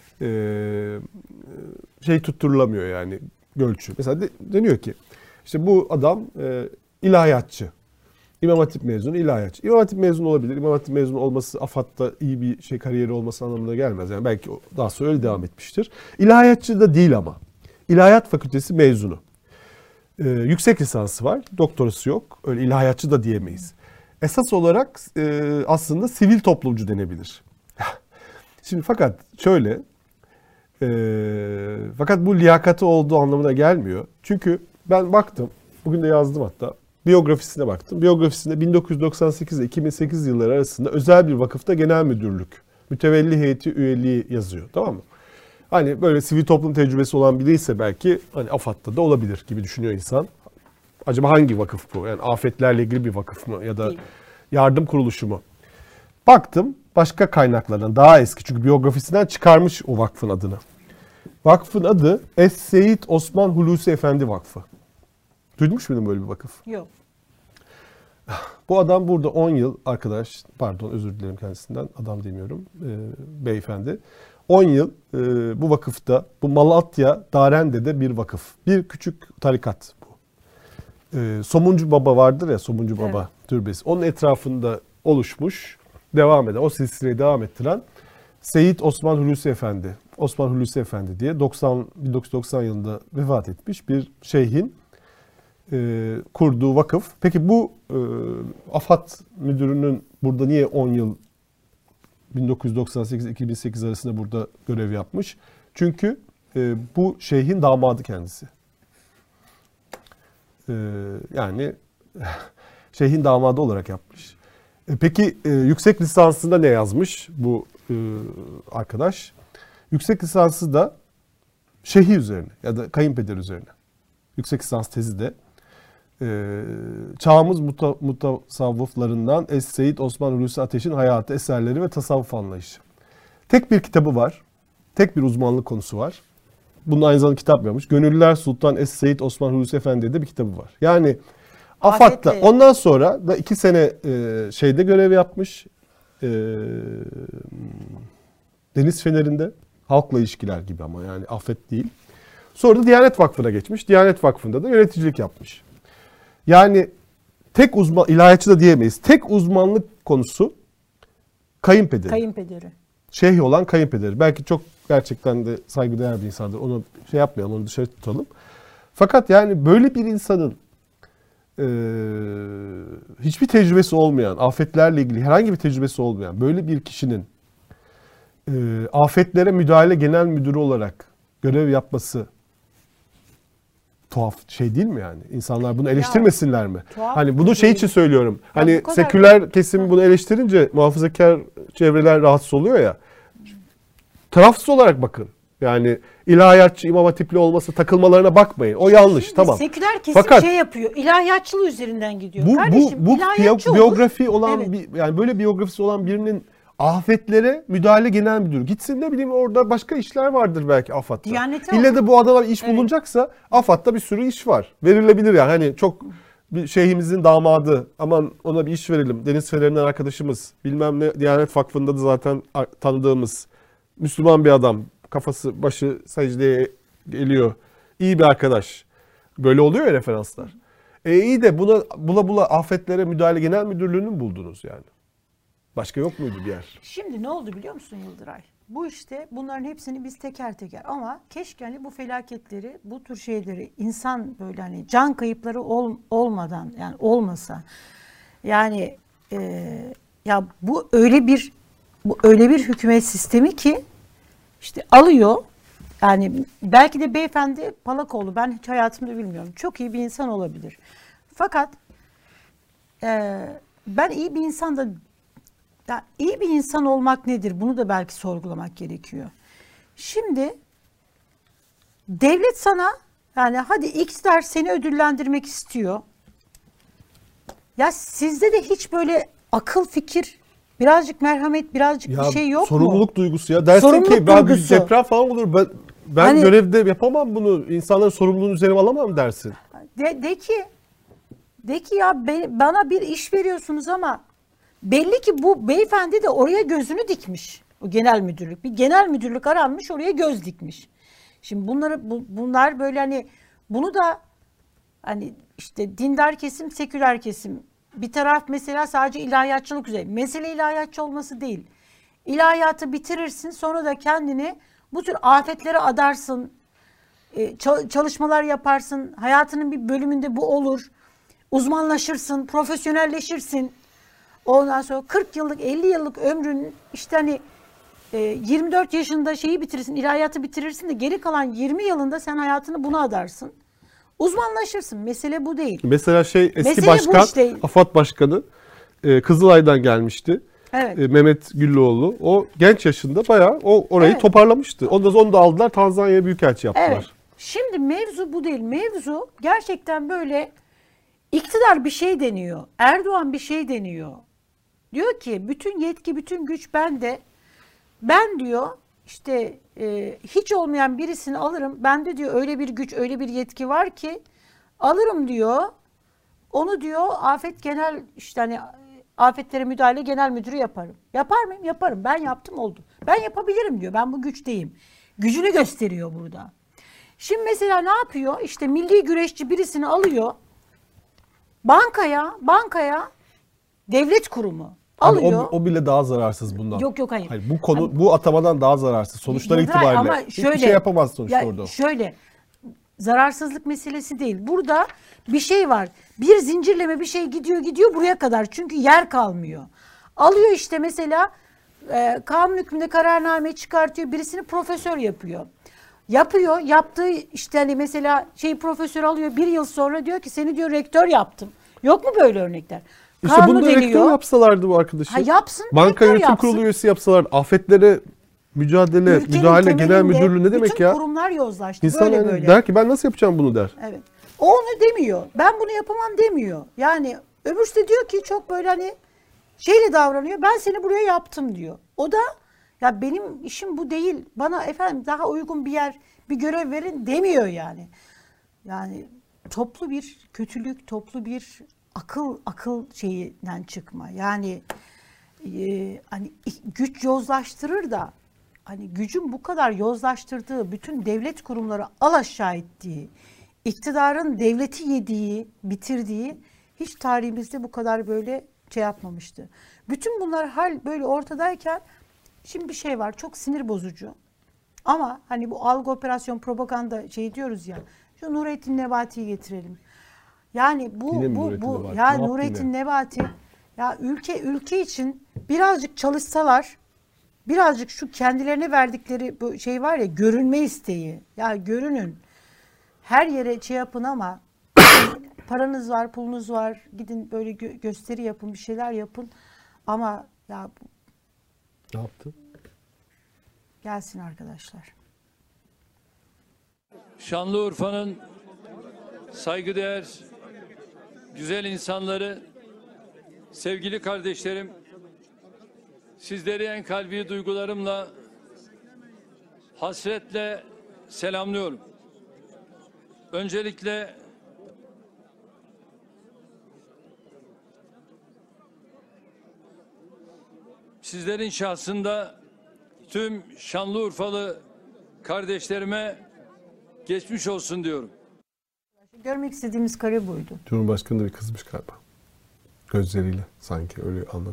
Şey tutturulamıyor yani Gölçü. Mesela deniyor ki işte bu adam ilahiyatçı. İmam Hatip mezunu, ilahiyatçı. İmam Hatip mezunu olabilir. İmam Hatip mezunu olması AFAD'da iyi bir şey kariyeri olması anlamına gelmez. Yani belki daha sonra öyle devam etmiştir. İlahiyatçı da değil ama. İlahiyat Fakültesi mezunu. Yüksek lisansı var. Doktorası yok. Öyle ilahiyatçı da diyemeyiz. Esas olarak aslında sivil toplumcu denebilir. Şimdi fakat şöyle fakat bu liyakati olduğu anlamına gelmiyor. Çünkü ben baktım. Bugün de yazdım hatta. Biyografisine baktım. Biyografisinde 1998 ile 2008 yılları arasında özel bir vakıfta genel müdürlük, mütevelli heyeti üyeliği yazıyor. Tamam mı? Hani böyle sivil toplum tecrübesi olan biri ise belki hani AFAD'da da olabilir gibi düşünüyor insan. Acaba hangi vakıf bu? Yani afetlerle ilgili bir vakıf mı ya da yardım kuruluşu mu? Baktım başka kaynaklardan daha eski çünkü biyografisinden çıkarmış o vakfın adını. Vakfın adı Es-Seyyid Osman Hulusi Efendi Vakfı. Duymuş muydun böyle bir vakıf? Yok. Bu adam burada 10 yıl arkadaş, pardon özür dilerim kendisinden, adam demiyorum, beyefendi. 10 yıl bu vakıfta, bu Malatya Darende'de bir vakıf. Bir küçük tarikat bu. Somuncu Baba vardır ya, Somuncu Baba türbesi. Onun etrafında oluşmuş, devam eden, o silsileyi devam ettiren Seyyid Osman Hulusi Efendi. Osman Hulusi Efendi diye 1990 yılında vefat etmiş bir şeyhin kurduğu vakıf. Peki bu AFAD müdürünün burada niye 10 yıl 1998-2008 arasında burada görev yapmış? Çünkü bu şeyhin damadı kendisi. Yani şeyhin damadı olarak yapmış. Peki yüksek lisansında ne yazmış bu arkadaş? Yüksek lisansı da şeyhi üzerine ya da kayınpeder üzerine. Yüksek lisans tezi de çağımız mutasavvıflarından Es-Seyyid Osman Hulusi Ateş'in hayatı, eserleri ve tasavvuf anlayışı. Tek bir kitabı var. Tek bir uzmanlık konusu var. Bunun aynı zamanda kitap yapmış. Gönüllüler Sultan Es-Seyyid Osman Hulusi Efendi'de de bir kitabı var. Yani AFAD'da ondan sonra da 2 sene şeyde görev yapmış. Deniz Feneri'nde halkla ilişkiler gibi ama yani afet değil. Sonra da Diyanet Vakfı'na geçmiş. Diyanet Vakfı'nda da yöneticilik yapmış. Yani tek uzman, ilahiyatçı da diyemeyiz. Tek uzmanlık konusu kayınpederi. Kayınpederi. Şeyh olan kayınpederi. Belki çok gerçekten de saygıdeğer bir insandır. Onu şey yapmayalım, onu dışarı tutalım. Fakat yani böyle bir insanın hiçbir tecrübesi olmayan, afetlerle ilgili herhangi bir tecrübesi olmayan böyle bir kişinin afetlere müdahale genel müdürü olarak görev yapması tuhaf şey değil mi yani? İnsanlar bunu eleştirmesinler mi? Hani bunu şey için söylüyorum. Hani seküler kesim bunu eleştirince muhafazakar çevreler rahatsız oluyor ya. Tarafsız olarak bakın. Yani ilahiyatçı, imam hatipli olması takılmalarına bakmayın. O yanlış. Şimdi tamam. Seküler kesim fakat şey yapıyor. İlahiyatçılığı üzerinden gidiyor. Kardeşim, bu biyografi olan yani böyle biyografisi olan birinin afetlere müdahale genel müdürü. Gitsin ne bileyim orada başka işler vardır belki AFAD'da. İlle de bu adama iş bulunacaksa AFAD'da bir sürü iş var. Verilebilir yani. Hani çok bir şeyhimizin damadı aman ona bir iş verelim. Deniz Feneri'nden arkadaşımız bilmem ne Diyanet Vakfı'nda da zaten tanıdığımız Müslüman bir adam. Kafası başı secdeye geliyor. İyi bir arkadaş. Böyle oluyor ya referanslar. İyi de bula afetlere müdahale genel müdürlüğünü mü buldunuz yani? Başka yok muydu bir yer? Şimdi ne oldu biliyor musun Yıldıray? Bu işte bunların hepsini biz teker teker ama keşke hani bu felaketleri, bu tür şeyleri insan böyle hani can kayıpları olmadan yani olmasa yani ya bu öyle bir hükümet sistemi ki işte alıyor yani belki de beyefendi Palakoğlu ben hiç hayatımda bilmiyorum. Çok iyi bir insan olabilir. Fakat ben iyi bir insan da ya iyi bir insan olmak nedir? Bunu da belki sorgulamak gerekiyor. Şimdi devlet sana yani hadi iktidar seni ödüllendirmek istiyor. Ya sizde de hiç böyle akıl fikir, birazcık merhamet, birazcık bir şey yok sorumluluk mu? Sorumluluk duygusu ya. Dersin ki ben bir deprem falan olur. Ben hani, görevde yapamam bunu. İnsanların sorumluluğunu üzerime alamam dersin. De ki ya bana bir iş veriyorsunuz ama belli ki bu beyefendi de oraya gözünü dikmiş. O genel müdürlük. Bir genel müdürlük aranmış oraya göz dikmiş. Şimdi bunlar böyle hani bunu da hani işte dindar kesim, seküler kesim. Bir taraf mesela sadece ilahiyatçılık üzerine. Mesele ilahiyatçı olması değil. İlahiyatı bitirirsin sonra da kendini bu tür afetlere adarsın. Çalışmalar yaparsın. Hayatının bir bölümünde bu olur. Uzmanlaşırsın, profesyonelleşirsin. Ondan sonra 40 yıllık, 50 yıllık ömrün işte hani 24 yaşında şeyi bitirirsin, ilahiyatı bitirirsin de geri kalan 20 yılında sen hayatını buna adarsın. Uzmanlaşırsın. Mesele bu değil. Mesela eski başkan, işte, AFAD Başkanı Kızılay'dan gelmişti. Evet. Mehmet Güllüoğlu. O genç yaşında bayağı orayı toparlamıştı. Onu da aldılar Tanzanya'ya büyükelçi yaptılar. Evet. Şimdi mevzu bu değil. Mevzu gerçekten böyle iktidar bir şey deniyor. Erdoğan bir şey deniyor. Diyor ki bütün yetki, bütün güç bende. Ben diyor işte hiç olmayan birisini alırım. Bende diyor öyle bir güç, öyle bir yetki var ki alırım diyor. Onu diyor afetlere müdahale genel müdürü yaparım. Yapar mıyım? Yaparım. Ben yaptım oldu. Ben yapabilirim diyor. Ben bu güçteyim. Gücünü gösteriyor burada. Şimdi mesela ne yapıyor? İşte milli güreşçi birisini alıyor. Bankaya devlet kurumu alıyor. O bile daha zararsız bundan. Yok hayır. Bu atamadan daha zararsız. Sonuçlar itibariyle. Ama hiçbir şey yapamaz sonuçta orada. Şöyle zararsızlık meselesi değil. Burada bir şey var. Bir zincirleme bir şey gidiyor buraya kadar. Çünkü yer kalmıyor. Alıyor işte mesela kanun hükmünde kararname çıkartıyor. Birisini profesör yapıyor. Yaptığı işte hani mesela profesör alıyor 1 yıl sonra diyor ki seni diyor rektör yaptım. Yok mu böyle örnekler? İşte bunu da rektör yapsalardı bu arkadaşı. Yapsın. Banka Yönetim Kurulu üyesi yapsalar, afetlere müdahale genel müdürlüğü ne demek ya? Bütün kurumlar yozlaştı. İnsan böyle. Der ki ben nasıl yapacağım bunu der. Evet. O onu demiyor. Ben bunu yapamam demiyor. Yani öbürsü de diyor ki çok böyle hani şeyle davranıyor. Ben seni buraya yaptım diyor. O da Ya benim işim bu değil. Bana efendim daha uygun bir yer, bir görev verin demiyor yani. Yani toplu bir kötülük, toplu bir akıl şeyinden çıkma. Yani hani güç yozlaştırır da hani gücün bu kadar yozlaştırdığı, bütün devlet kurumları alaşağı ettiği, iktidarın devleti yediği, bitirdiği hiç tarihimizde bu kadar böyle şey yapmamıştı. Bütün bunlar hal böyle ortadayken şimdi bir şey var çok sinir bozucu. Ama hani bu algı operasyon propaganda şey diyoruz ya. Şu Nurettin Nebati'yi getirelim. Yani bu ya Nurettin Nebati ya ülke için birazcık çalışsalar, birazcık şu kendilerine verdikleri bu şey var ya, görünme isteği. Ya görünün. Her yere şey yapın ama paranız var, pulunuz var. Gidin böyle gösteri yapın, bir şeyler yapın. Ama ya ne yaptı? Gelsin arkadaşlar. Şanlıurfa'nın saygıdeğer güzel insanları, sevgili kardeşlerim, sizleri en kalbi duygularımla, hasretle selamlıyorum. Öncelikle sizlerin şahsında tüm Şanlıurfalı kardeşlerime geçmiş olsun diyorum. Görmek istediğimiz kare buydu. Cumhurbaşkanı da bir kızmış galiba. Gözleriyle sanki öyle anladım.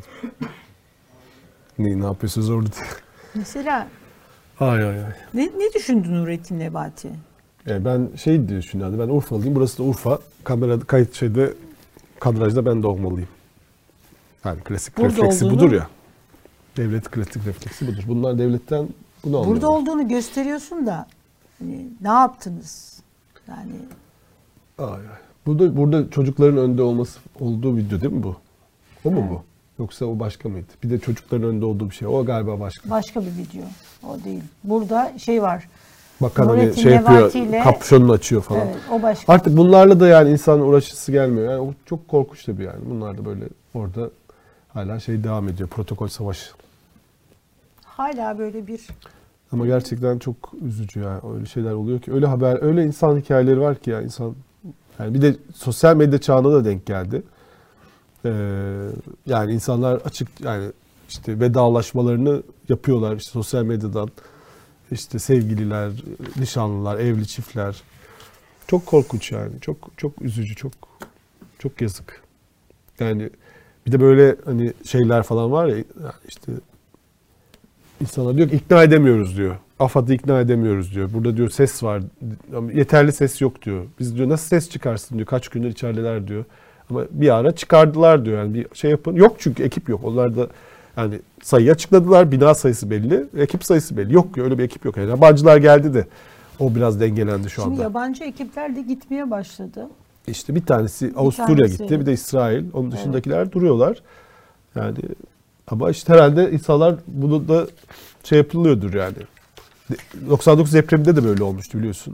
Ne yapıyorsunuz orada diye. Mesela Ay. Ne düşündü Nurettin Nebati? Ben şey diye düşünüyorum. Ben Urfalıyım. Burası da Urfa. Kamerada kayıt kadrajda ben de olmalıyım. Yani klasik burada refleksi olduğunu, budur ya. Devlet klasik refleksi budur. Bunlar devletten bunu alıyorlar. Burada olduğunu gösteriyorsun da hani, ne yaptınız? Yani Ay. Burada çocukların önde olduğu video değil mi bu? O mu bu? Yoksa o başka mıydı? Bir de çocukların önde olduğu bir şey. O galiba başka. Başka bir video. O değil. Burada şey var. Bakan hani şey yapıyor, kapşonunu açıyor falan. Evet, o başka. Artık bunlarla da yani insan uğraşısı gelmiyor. Yani o çok korkunç tabii yani. Bunlar da böyle orada hala şey devam ediyor. Protokol savaşı. Hala böyle bir... Ama gerçekten çok üzücü ya. Öyle şeyler oluyor ki. Öyle insan hikayeleri var ki ya insan. Yani bir de sosyal medya çağına da denk geldi. Yani insanlar açık yani işte vedalaşmalarını yapıyorlar işte sosyal medyadan. İşte sevgililer, nişanlılar, evli çiftler. Çok korkunç yani. Çok üzücü, çok yazık. Yani bir de böyle hani şeyler falan var ya yani işte insanlar diyor ki ikna edemiyoruz diyor. AFAD'ı ikna edemiyoruz diyor. Burada diyor ses var. Ama yeterli ses yok diyor. Biz diyor nasıl ses çıkarsın diyor. Kaç gündür içerideler diyor. Ama bir ara çıkardılar diyor. Yani bir şey yapın. Yok çünkü ekip yok. Onlar da yani sayıyı açıkladılar. Bina sayısı belli. Ekip sayısı belli. Yok öyle bir ekip yok. Yani yabancılar geldi de o biraz dengelendi şu anda. Şimdi yabancı ekipler de gitmeye başladı. İşte bir tanesi Avusturya gitti. Bir de İsrail. Onun dışındakiler duruyorlar. Yani ama işte herhalde insanlar bunu da şey yapılıyordur yani. 99 depreminde de böyle olmuştu biliyorsun.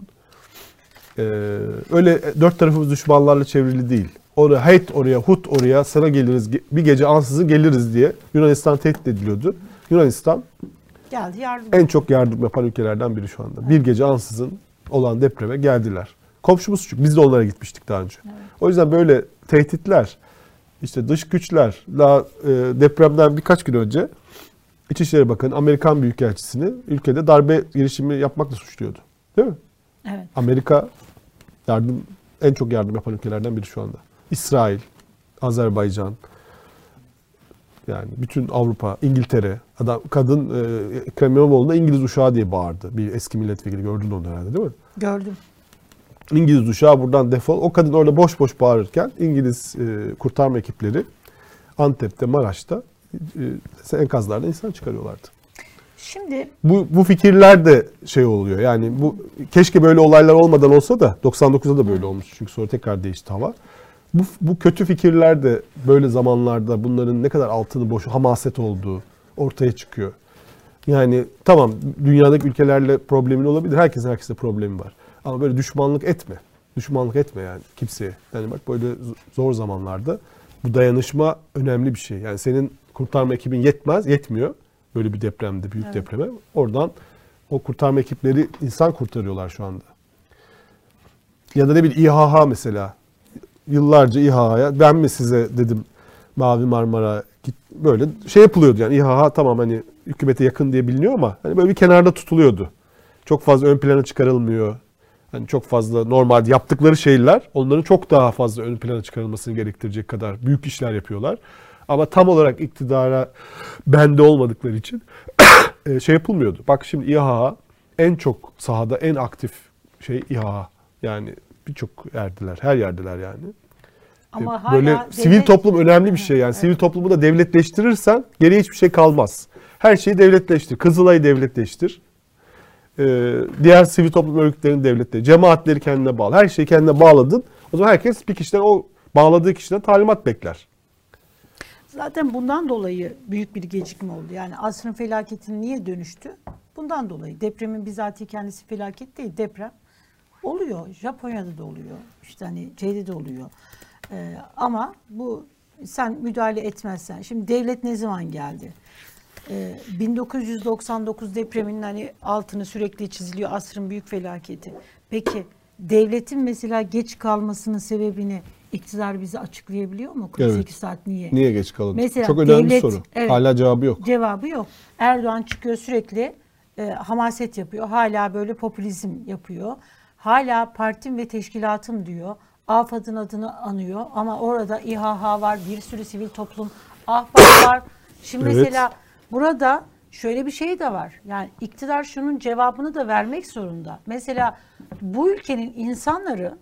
Öyle dört tarafımız düşmanlarla çevrili değil. Oraya, Hut oraya, sana geliriz, bir gece ansızın geliriz diye Yunanistan tehdit ediliyordu. Yunanistan geldi yardım. En çok yardım yapan ülkelerden biri şu anda. Evet. Bir gece ansızın olan depreme geldiler. Komşumuz çünkü biz de onlara gitmiştik daha önce. Evet. O yüzden böyle tehditler, işte dış güçler, daha depremden birkaç gün önce İçişleri Bakanı Amerikan Büyükelçisini ülkede darbe girişimi yapmakla suçluyordu. Değil mi? Evet. Amerika en çok yardım yapan ülkelerden biri şu anda. İsrail, Azerbaycan, yani bütün Avrupa, İngiltere, kadın Ekrem İmamoğlu'na İngiliz uşağı diye bağırdı. Bir eski milletvekili gördün onu herhalde değil mi? Gördüm. İngiliz uşağı buradan defol. O kadın orada boş boş bağırırken İngiliz kurtarma ekipleri Antep'te, Maraş'ta enkazlardan insan çıkarıyorlardı. Şimdi bu fikirler de şey oluyor. Yani bu keşke böyle olaylar olmadan olsa da 99'da da böyle olmuş. Çünkü sonra tekrar değişti hava. Bu kötü fikirler de böyle zamanlarda bunların ne kadar altını boş hamaset olduğu ortaya çıkıyor. Yani tamam dünyadaki ülkelerle problemin olabilir. Herkeste problemi var. Ama böyle düşmanlık etme. Düşmanlık etme yani kimseye. Yani bak böyle zor zamanlarda bu dayanışma önemli bir şey. Yani senin kurtarma ekibin yetmiyor. Böyle bir depremde, büyük depreme. Oradan o kurtarma ekipleri insan kurtarıyorlar şu anda. Ya da ne bileyim İHH mesela. Yıllarca İHH'ya ben mi size dedim Mavi Marmara git, böyle şey yapılıyordu yani İHH tamam hani hükümete yakın diye biliniyor ama hani böyle bir kenarda tutuluyordu. Çok fazla ön plana çıkarılmıyor. Hani çok fazla normalde yaptıkları şeyler onların çok daha fazla ön plana çıkarılmasını gerektirecek kadar büyük işler yapıyorlar. Ama tam olarak iktidara bende olmadıkları için şey yapılmıyordu. Bak şimdi İHH en çok sahada en aktif şey İHH. Yani birçok yerdeler, her yerdeler yani. Ama böyle hala sivil toplum önemli bir şey yani. Evet. Sivil toplumu da devletleştirirsen geriye hiçbir şey kalmaz. Her şeyi devletleştir. Kızılay'ı devletleştir. Diğer sivil toplum örgütlerini devletleştir. Cemaatleri kendine bağlı. Her şeyi kendine bağladın. O zaman herkes bir kişiden o bağladığı kişiden talimat bekler. Zaten bundan dolayı büyük bir gecikme oldu. Yani asrın felaketine niye dönüştü? Bundan dolayı. Depremin bizatihi kendisi felaket değil. Deprem oluyor. Japonya'da da oluyor. İşte hani şeyde de oluyor. Ama bu sen müdahale etmezsen. Şimdi devlet ne zaman geldi? 1999 depreminin hani altını sürekli çiziliyor. Asrın büyük felaketi. Peki devletin mesela geç kalmasının sebebini iktidar bize açıklayabiliyor mu? 48 saat niye? Niye geç kalındı? Mesela çok önemli devlet, bir soru. Evet, hala cevabı yok. Cevabı yok. Erdoğan çıkıyor sürekli hamaset yapıyor. Hala böyle popülizm yapıyor. Hala partim ve teşkilatım diyor. AFAD'ın adını anıyor ama orada İHH var, bir sürü sivil toplum, AHBAP var. Şimdi mesela burada şöyle bir şey de var. Yani iktidar şunun cevabını da vermek zorunda. Mesela bu ülkenin insanları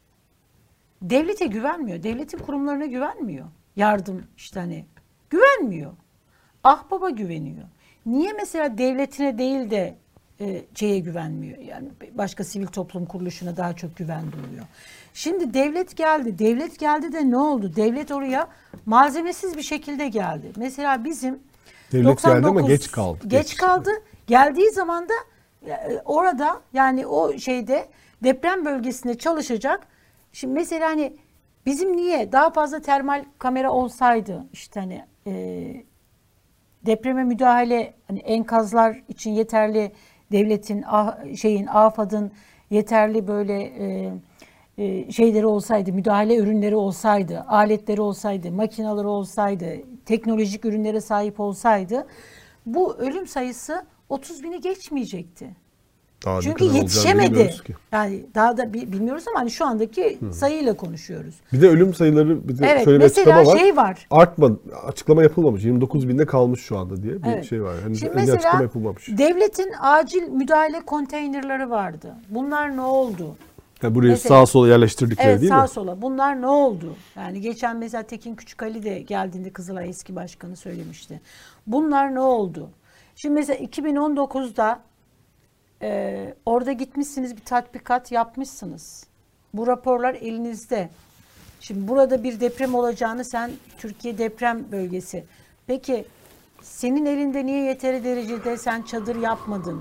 devlete güvenmiyor. Devletin kurumlarına güvenmiyor. Yardım işte hani güvenmiyor. AHBAP'a güveniyor. Niye mesela devletine değil de şeye güvenmiyor? Yani başka sivil toplum kuruluşuna daha çok güven duyuyor. Şimdi devlet geldi. Devlet geldi de ne oldu? Devlet oraya malzemesiz bir şekilde geldi. Mesela bizim devlet 99, geldi ama geç kaldı. Geç kaldı. Geldiği zaman da orada yani o şeyde deprem bölgesinde çalışacak. Şimdi mesela hani bizim niye daha fazla termal kamera olsaydı işte hani depreme müdahale hani enkazlar için yeterli devletin AFAD'ın yeterli böyle şeyleri olsaydı, müdahale ürünleri olsaydı, aletleri olsaydı, makineleri olsaydı, teknolojik ürünlere sahip olsaydı bu ölüm sayısı 30.000'i geçmeyecekti. Daha çünkü yetişemedi. Yani daha da bilmiyoruz ama hani şu andaki sayıyla konuşuyoruz. Bir de ölüm sayıları bir de evet, şöyle bir açıklama var. Şey var. Açıklama yapılmamış. 29.000'de kalmış şu anda diye bir şey var. Hani şimdi mesela açıklama yapılmamış. Devletin acil müdahale konteynerleri vardı. Bunlar ne oldu? Yani buraya mesela, sağa sola yerleştirdikleri değil mi? Evet, sağa sola. Bunlar ne oldu? Yani geçen mesela Tekin Küçükali de geldiğinde Kızılay eski başkanı söylemişti. Bunlar ne oldu? Şimdi mesela 2019'da orada gitmişsiniz, bir tatbikat yapmışsınız. Bu raporlar elinizde. Şimdi burada bir deprem olacağını sen Türkiye deprem bölgesi. Peki senin elinde niye yeteri derecede sen çadır yapmadın?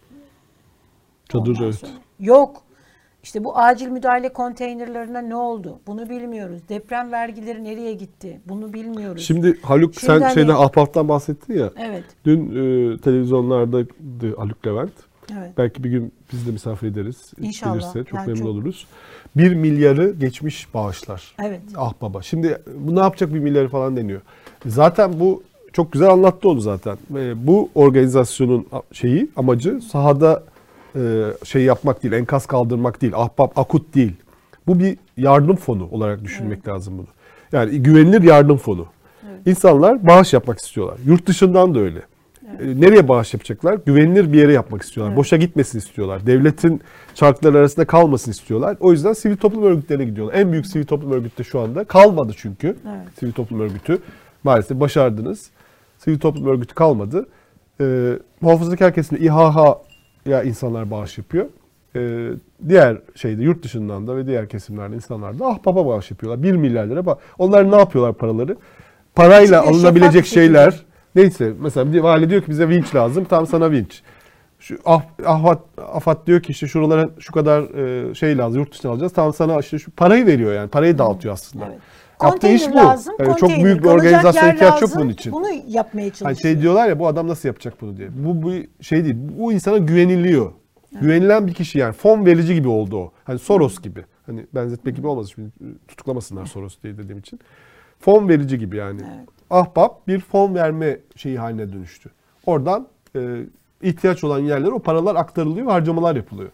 Çadır evet. Yok. İşte bu acil müdahale konteynerlerine ne oldu? Bunu bilmiyoruz. Deprem vergileri nereye gitti? Bunu bilmiyoruz. Şimdi Haluk sen hani, şeyden AHBAP'tan bahsettin ya. Evet. Dün televizyonlarda Haluk Levent. Evet. Belki bir gün biz de misafir ederiz. İnşallah. Gelirse çok memnun oluruz. 1 milyarı geçmiş bağışlar. Evet. AHBAP'a. Şimdi bu ne yapacak 1 milyarı falan deniyor. Zaten bu çok güzel anlattı onu zaten. Bu organizasyonun amacı sahada şey yapmak değil, enkaz kaldırmak değil, AHBAP akut değil. Bu bir yardım fonu olarak düşünmek lazım bunu. Yani güvenilir yardım fonu. Evet. İnsanlar bağış yapmak istiyorlar. Yurt dışından da öyle. Evet. Nereye bağış yapacaklar? Güvenilir bir yere yapmak istiyorlar. Evet. Boşa gitmesin istiyorlar. Devletin çarkları arasında kalmasın istiyorlar. O yüzden sivil toplum örgütlerine gidiyorlar. En büyük sivil toplum örgütü de şu anda kalmadı çünkü. Evet. Sivil toplum örgütü. Maalesef başardınız. Sivil toplum örgütü kalmadı. Muhafazakar kesimde İHH ya insanlar bağış yapıyor. Diğer yurt dışından da ve diğer kesimlerde insanlar da AHBAP'a bağış yapıyorlar. 1 milyar lira. Onlar ne yapıyorlar paraları? Parayla alınabilecek şeyler. Neyse mesela bir vali diyor ki bize vinç lazım. Tam sana vinç. Şu AFAD diyor ki işte şuralara şu kadar şey lazım. Yurt dışından alacağız. Tam sana işte şu parayı veriyor yani. Parayı dağıtıyor aslında. Evet. Yaptığı iş bu. lazım. Yani çok konteyner, büyük bir kalacak organizasyon yer ihtiyaç yok lazım. bunun için. Bunu yapmaya çalışıyor. Hani şey diyorlar ya, bu adam nasıl yapacak bunu diye. Bu şey değil. Bu insana güveniliyor. Evet. Güvenilen bir kişi yani. Fon verici gibi oldu o. Hani Soros gibi. Hani benzetmek gibi olmaz. Şimdi tutuklamasınlar Soros diye dediğim için. Fon verici gibi yani. Evet. Ahbap bir fon verme şeyi haline dönüştü. Oradan ihtiyaç olan yerlere o paralar aktarılıyor ve harcamalar yapılıyor.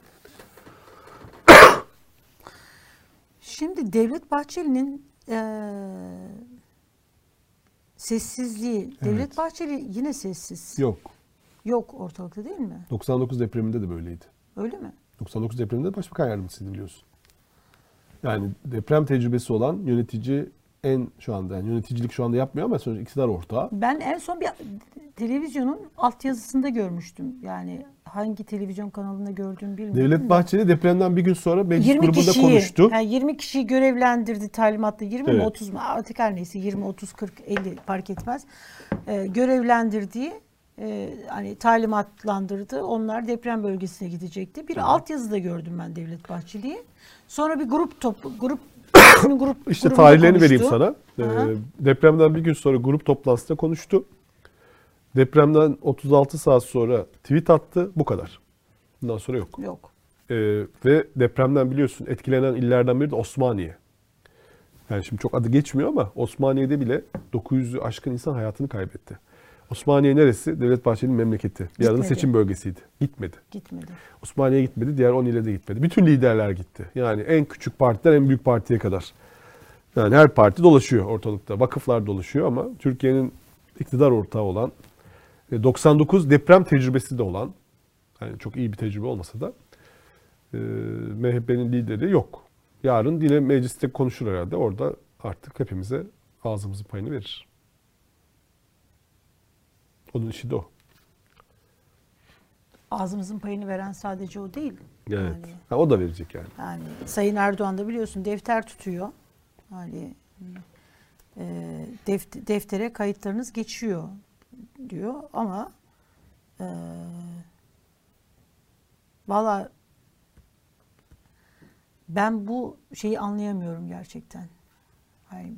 Şimdi Devlet Bahçeli'nin sessizliği. Evet. Devlet Bahçeli yine sessiz. Yok. Yok ortalıkta değil mi? 99 depreminde de böyleydi. Öyle mi? 99 depreminde de başbakan yardımcısıydı biliyorsun. Yani deprem tecrübesi olan yönetici şu anda yani yöneticilik şu anda yapmıyor ama sonuçta iktidar ortağı. Ben en son bir televizyonun altyazısında görmüştüm. Yani hangi televizyon kanalında gördüğümü bilmiyorum. Devlet Bahçeli depremden bir gün sonra meclis grubunda konuştu. Yani 20 kişiyi görevlendirdi talimatla. 20 mi 30 mu artık her neyse 20, 30, 40, 50 fark etmez. Görevlendirdiği hani talimatlandırdı. Onlar deprem bölgesine gidecekti. Bir altyazıda gördüm ben Devlet Bahçeli'yi. Sonra bir grup İşte tarihlerini vereyim sana. Depremden bir gün sonra grup toplantısında konuştu. Depremden 36 saat sonra tweet attı. Bu kadar. Bundan sonra yok. Yok. Ve depremden biliyorsun etkilenen illerden biri de Osmaniye. Yani şimdi çok adı geçmiyor ama Osmaniye'de bile 900'ü aşkın insan hayatını kaybetti. Osmaniye neresi? Devlet Bahçeli'nin memleketi. Bir arada seçim bölgesiydi. Gitmedi. Osmaniye'ye gitmedi. Diğer 10 ile de gitmedi. Bütün liderler gitti. Yani en küçük partiden en büyük partiye kadar. Yani her parti dolaşıyor ortalıkta. Vakıflar dolaşıyor ama Türkiye'nin iktidar ortağı olan 99 deprem tecrübesi de olan, yani çok iyi bir tecrübe olmasa da MHP'nin lideri yok. Yarın yine mecliste konuşur herhalde. Orada artık hepimize ağzımızın payını verir. Onun işi de o. Ağzımızın payını veren sadece o değil. Evet. Yani, o da verecek yani. Yani Sayın Erdoğan da biliyorsun defter tutuyor. Yani deftere kayıtlarınız geçiyor diyor ama valla ben bu şeyi anlayamıyorum gerçekten. Yani,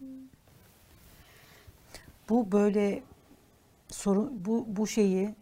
bu böyle sorun, bu şeyi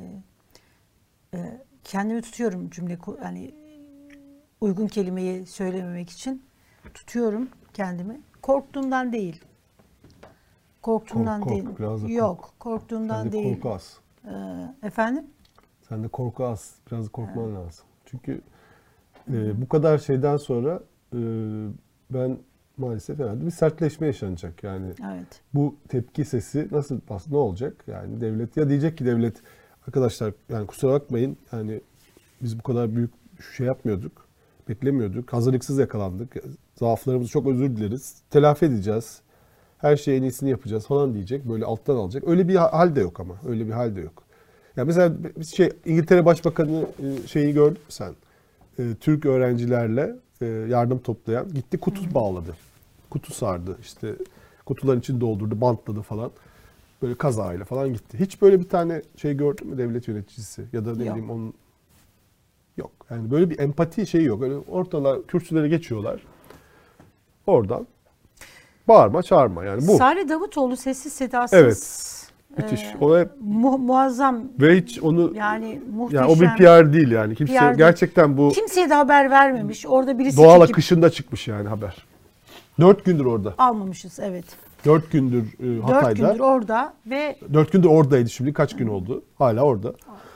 kendimi tutuyorum yani uygun kelimeyi söylememek için tutuyorum kendimi. Korktuğumdan değil. Korktuğumdan değil. Yok, korktuğumdan değil. Korku az. Efendim? Sende korku az. Biraz korkman lazım. Çünkü bu kadar şeyden sonra ben maalesef herhalde bir sertleşme yaşanacak. Yani bu tepki sesi ne olacak? Yani devlet ya diyecek ki devlet arkadaşlar yani kusura bakmayın yani biz bu kadar büyük şey yapmıyorduk. Beklemiyorduk. Hazırlıksız yakalandık. Zaaflarımızı çok özür dileriz. Telafi edeceğiz. Her şeyin en iyisini yapacağız falan diyecek. Böyle alttan alacak. Öyle bir hal de yok ama. Öyle bir hal de yok. Ya mesela İngiltere Başbakanı şeyi gördün mü sen? Türk öğrencilerle yardım toplayan gitti kutu bağladı. Kutu sardı. İşte kutuların içini doldurdu, bantladı falan. Böyle kazayla falan gitti. Hiç böyle bir tane şey gördün mü devlet yöneticisi ya da ne bileyim onun yok. Yani böyle bir empati şeyi yok. Öyle ortalar kürsülere geçiyorlar. Oradan bağırma, çağırma yani bu. Salih Davutoğlu sessiz sedasız. Evet. Müthiş. O hep muazzam. Ve hiç onu yani muhteşem. Yani o bir PR değil yani. Kimse gerçekten bu kimseye de haber vermemiş. Orada birisi doğal akışında çıkmış yani haber. 4 gündür orada. Almamışız evet. 4 gündür Hatay'da. 4 gündür orada ve 4 gündür oradaydı şimdi. Kaç gün oldu? Hala orada.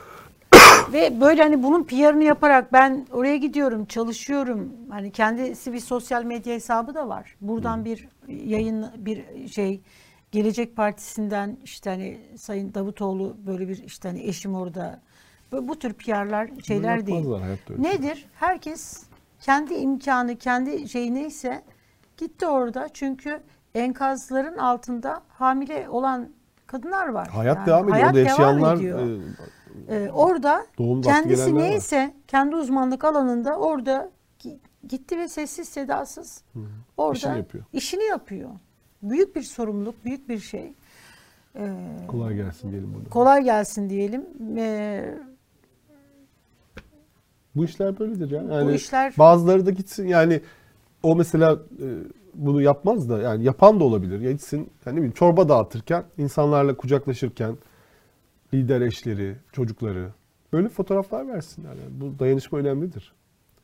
Ve böyle hani bunun PR'ını yaparak ben oraya gidiyorum, çalışıyorum. Hani kendisi bir sosyal medya hesabı da var. Buradan bir yayın, bir şey Gelecek Partisi'nden işte hani Sayın Davutoğlu böyle bir işte hani eşim orada. Bu tür PR'lar şeyler değil. Nedir? Herkes kendi imkanı, kendi şey neyse gitti orada. Çünkü enkazların altında hamile olan kadınlar var. Hayat yani, devam ediyor. Hayat yaşayanlar orada kendisi neyse kendi uzmanlık alanında orada gitti ve sessiz sedasız orada işini yapıyor. Büyük bir sorumluluk, büyük bir şey. Kolay gelsin diyelim burada. Kolay gelsin diyelim. Bu işler böyledir ya. Yani bu işler... Bazıları da gitsin yani o mesela bunu yapmaz da yani yapan da olabilir. Ya gitsin yani ne bileyim çorba dağıtırken insanlarla kucaklaşırken lider eşleri, çocukları böyle fotoğraflar versinler. Yani bu dayanışma önemlidir.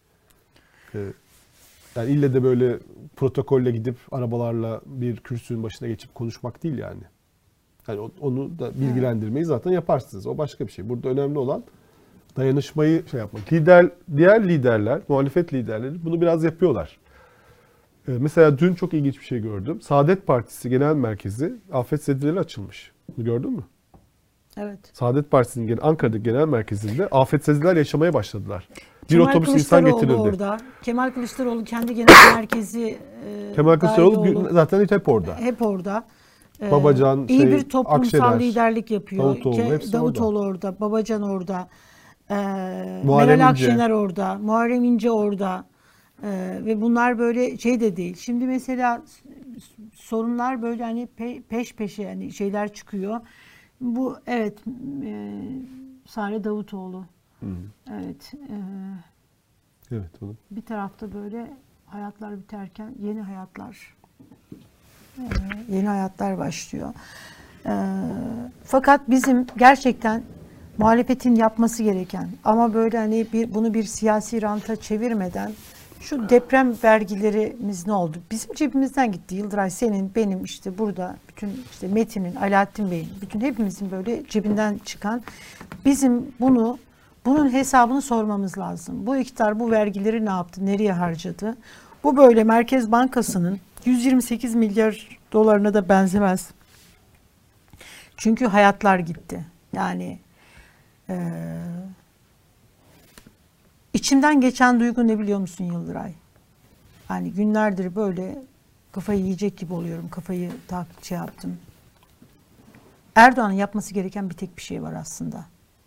Yani ille de böyle protokolle gidip arabalarla bir kürsünün başına geçip konuşmak değil yani. Yani onu da bilgilendirmeyi zaten yaparsınız. O başka bir şey. Burada önemli olan dayanışmayı şey yapmak. Diğer liderler, muhalefet liderleri bunu biraz yapıyorlar. Mesela dün çok ilginç bir şey gördüm. Saadet Partisi Genel Merkezi afetzedeleri açılmış. Bunu gördün mü? Evet. Saadet Partisi'nin Ankara'daki genel merkezinde afetzedeler yaşamaya başladılar. Bir otobüs insan getirildi. Orada. Kemal Kılıçdaroğlu kendi genel merkezi Kemal Kılıçdaroğlu zaten hep orada. Hep orada. Babacan, iyi bir toplumsal Akşener, liderlik yapıyor. Davutoğlu orada, Babacan orada. Meral İnce. Akşener orada, Muharrem İnce orada. Ve bunlar böyle şey de değil. Şimdi mesela sorunlar böyle hani peş peşe yani şeyler çıkıyor. Bu evet Sare Davutoğlu. Evet. Evet. Oğlum. Bir tarafta böyle hayatlar biterken yeni hayatlar başlıyor. Fakat bizim gerçekten muhalefetin yapması gereken ama böyle hani bunu bir siyasi ranta çevirmeden şu deprem vergilerimiz ne oldu? Bizim cebimizden gitti. Yıldıray senin, benim işte burada bütün işte Metin'in, Alaaddin Bey'in, bütün hepimizin böyle cebinden çıkan bizim bunun hesabını sormamız lazım. Bu iktidar bu vergileri ne yaptı? Nereye harcadı? Bu böyle Merkez Bankası'nın 128 milyar dolarına da benzemez. Çünkü hayatlar gitti. Yani içimden geçen duygu ne biliyor musun Yıldıray? Yani günlerdir böyle kafayı yiyecek gibi oluyorum. Kafayı şey yaptım. Erdoğan'ın yapması gereken bir tek bir şey var aslında.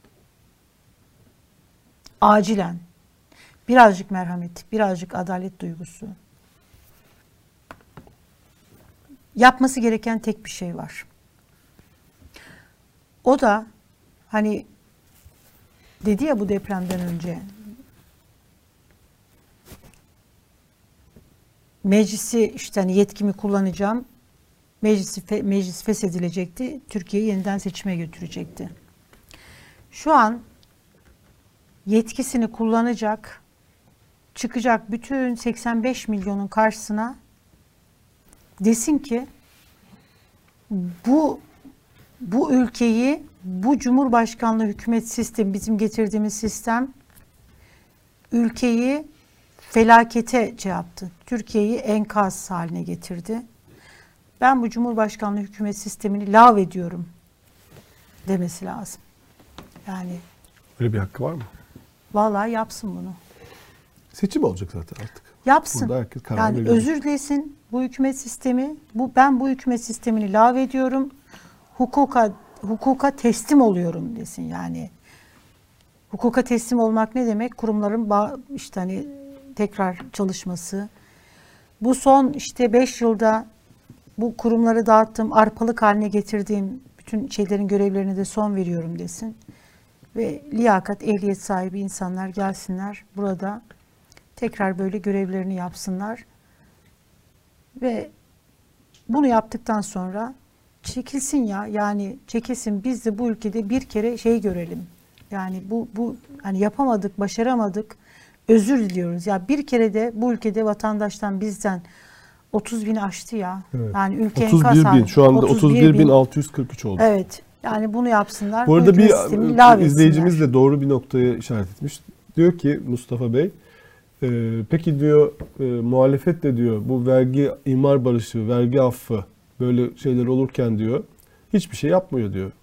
Acilen birazcık merhamet, birazcık adalet duygusu. Yapması gereken tek bir şey var. O da hani dedi ya bu depremden önce meclisi işte hani yetkimi kullanacağım. Meclis feshedilecekti. Türkiye'yi yeniden seçime götürecekti. Şu an yetkisini kullanacak, çıkacak bütün 85 milyonun karşısına desin ki bu ülkeyi, bu Cumhurbaşkanlığı hükümet sistemi, bizim getirdiğimiz sistem ülkeyi felakete şey yaptı. Türkiye'yi enkaz haline getirdi. Ben bu Cumhurbaşkanlığı hükümet sistemini lağvediyorum demesi lazım. Yani öyle bir hakkı var mı? Vallahi yapsın bunu. Seçim olacak zaten artık. Yapsın. Yani özür dilesin bu hükümet sistemi. Ben bu hükümet sistemini lağvediyorum. Hukuka teslim oluyorum desin yani. Hukuka teslim olmak ne demek? Kurumların işte hani tekrar çalışması. Bu son işte 5 yılda bu kurumları dağıttığım, arpalık haline getirdiğim bütün şeylerin görevlerine de son veriyorum desin. Ve liyakat, ehliyet sahibi insanlar gelsinler burada tekrar böyle görevlerini yapsınlar. Ve bunu yaptıktan sonra çekilsin ya, yani çekilsin, biz de bu ülkede bir kere şey görelim. Yani bu hani yapamadık, başaramadık, özür diliyoruz. Ya bir kere de bu ülkede vatandaştan bizden 30 bini aştı ya. Evet. Yani ülke 31 bin, şu anda 31.643 oldu. Evet. Yani bunu yapsınlar. Bu arada bir izleyicimiz de doğru bir noktaya işaret etmiş. Diyor ki Mustafa Bey, peki diyor muhalefet de diyor bu vergi, imar barışı, vergi affı böyle şeyler olurken diyor hiçbir şey yapmıyor diyor.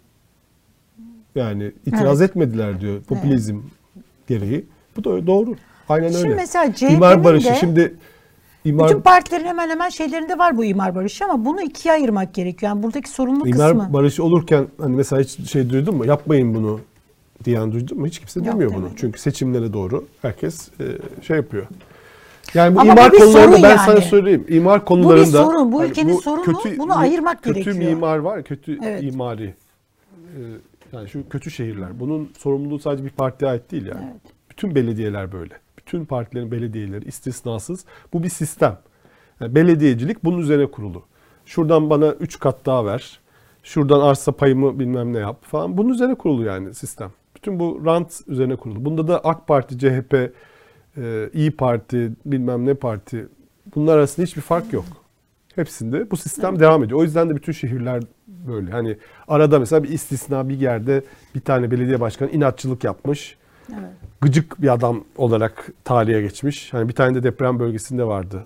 Yani itiraz etmediler diyor popülizm gereği. Bu da doğru. Aynen öyle. Şimdi mesela İmar barışı şimdi bütün partilerin hemen hemen şeylerinde var bu imar barışı ama bunu ikiye ayırmak gerekiyor. Yani buradaki sorumlu kısmı. İmar barışı olurken hani mesela hiç şey duydun mu? Yapmayın bunu diyen duydun mu? Hiç kimse demiyor bunu. Çünkü seçimlere doğru herkes şey yapıyor. Yani bu imar konularında ben sana söyleyeyim. İmar konularında bu bir sorun. Bu ülkenin sorunu. Bunu ayırmak gerekiyor. Kötü mimar var. Kötü imari. Yani şu kötü şehirler. Bunun sorumluluğu sadece bir partiye ait değil yani. Evet. Bütün belediyeler böyle. Bütün partilerin belediyeleri istisnasız. Bu bir sistem. Yani belediyecilik bunun üzerine kurulu. Şuradan bana 3 kat daha ver. Şuradan arsa payımı bilmem ne yap falan. Bunun üzerine kurulu yani sistem. Bütün bu rant üzerine kurulu. Bunda da AK Parti, CHP, İyi Parti, bilmem ne parti, bunlar arasında hiçbir fark yok. Hepsinde bu sistem devam ediyor. O yüzden de bütün şehirler böyle. Hani arada mesela bir istisna bir yerde bir tane belediye başkanı inatçılık yapmış. Evet. Gıcık bir adam olarak tarihe geçmiş. Hani bir tane de deprem bölgesinde vardı.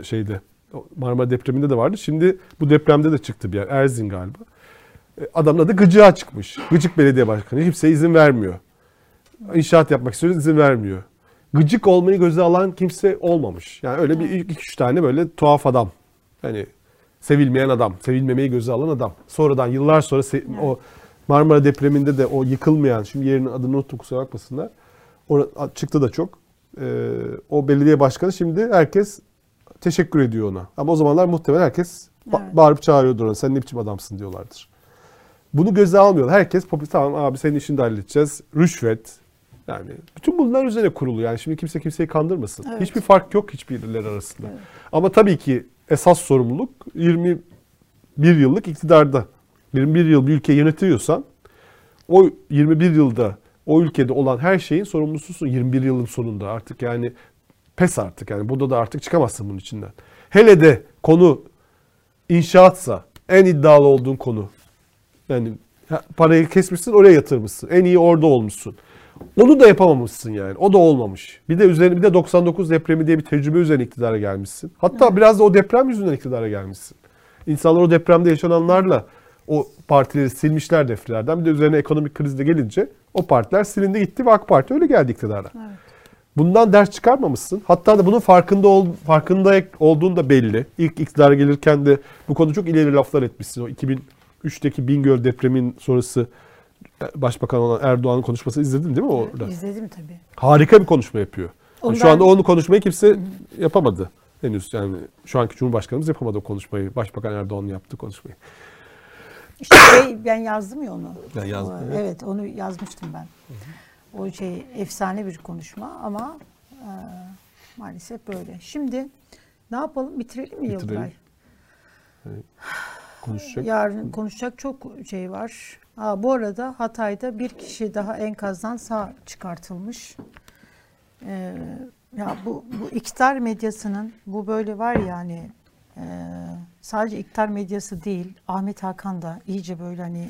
Marmara depreminde de vardı. Şimdi bu depremde de çıktı bir yer. Erzin galiba. Adamın adı Gıcık'a çıkmış. Gıcık belediye başkanı. Kimseye izin vermiyor. İnşaat yapmak istiyoruz, izin vermiyor. Gıcık olmayı göze alan kimse olmamış. Yani öyle bir 2-3 tane böyle tuhaf adam. Hani sevilmeyen adam, sevilmemeyi göze alan adam. Sonradan yıllar sonra o Marmara depreminde de o yıkılmayan, şimdi yerinin adını unuttum kusura bakmasınlar. Çıktı da çok. O belediye başkanı şimdi herkes teşekkür ediyor ona. Ama o zamanlar muhtemelen herkes bağırıp çağırıyordur ona. Sen ne biçim adamsın diyorlardır. Bunu göze almıyorlar. Herkes tamam abi senin işini de halledeceğiz. Rüşvet. Yani bütün bunlar üzerine kurulu. Yani şimdi kimse kimseyi kandırmasın. Evet. Hiçbir fark yok hiçbirleri arasında. Evet. Ama tabii ki esas sorumluluk 21 yıllık iktidarda. 21 yıl bir ülkeyi yönetiyorsan o 21 yılda o ülkede olan her şeyin sorumlususun 21 yılın sonunda. Artık yani pes artık yani burada da artık çıkamazsın bunun içinden. Hele de konu inşaatsa en iddialı olduğun konu. Yani parayı kesmişsin oraya yatırmışsın. En iyi orada olmuşsun. Onu da yapamamışsın yani. O da olmamış. Bir de 99 depremi diye bir tecrübe üzerine iktidara gelmişsin. Hatta biraz da o deprem yüzünden iktidara gelmişsin. İnsanlar o depremde yaşananlarla o partileri silmişler defterlerden. Bir de üzerine ekonomik kriz de gelince o partiler silindi gitti ve AK Parti öyle geldi iktidara. Evet. Bundan ders çıkarmamışsın. Hatta da bunun farkında olduğun da belli. İlk iktidara gelirken de bu konuda çok ileri laflar etmişsin. O 2003'teki Bingöl depremin sonrası Başbakan olan Erdoğan'ın konuşmasını izledin değil mi orada? İzledim tabii. Harika bir konuşma yapıyor. Şu anda onu konuşmayı kimse yapamadı henüz. Yani şu anki Cumhurbaşkanımız yapamadı o konuşmayı. Başbakan Erdoğan'ın yaptığı konuşmayı. İşte ben yazdım ya onu. Ben yazdım. Evet onu yazmıştım ben. O efsane bir konuşma ama maalesef böyle. Şimdi ne yapalım? Bitirelim mi Yıldıray? Konuşacak. Yarın konuşacak çok şey var. Bu arada Hatay'da bir kişi daha enkazdan sağ çıkartılmış. Ya bu iktidar medyasının bu böyle var yani sadece iktidar medyası değil Ahmet Hakan da iyice böyle hani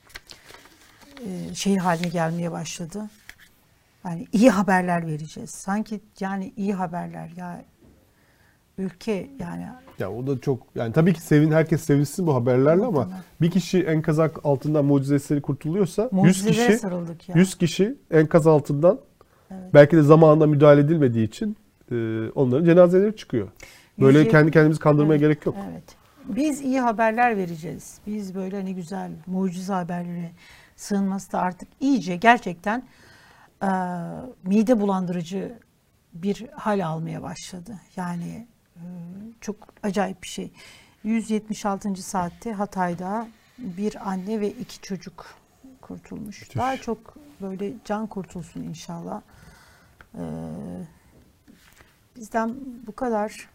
haline gelmeye başladı. Yani iyi haberler vereceğiz. Sanki yani iyi haberler ya ülke yani. Ya o da çok yani tabii ki herkes sevinsin bu haberlerle ama bir kişi enkaz altından mucizesiyle kurtuluyorsa 100 kişi enkaz altından belki de zamanında müdahale edilmediği için onların cenazeleri çıkıyor. Böyle kendi kendimizi kandırmaya gerek yok. Evet. Biz iyi haberler vereceğiz. Biz böyle hani güzel mucize haberlere sığınması da artık iyice gerçekten mide bulandırıcı bir hal almaya başladı. Yani çok acayip bir şey. 176. saatte Hatay'da bir anne ve 2 çocuk kurtulmuş. Müthiş. Daha çok böyle can kurtulsun inşallah. Bizden bu kadar.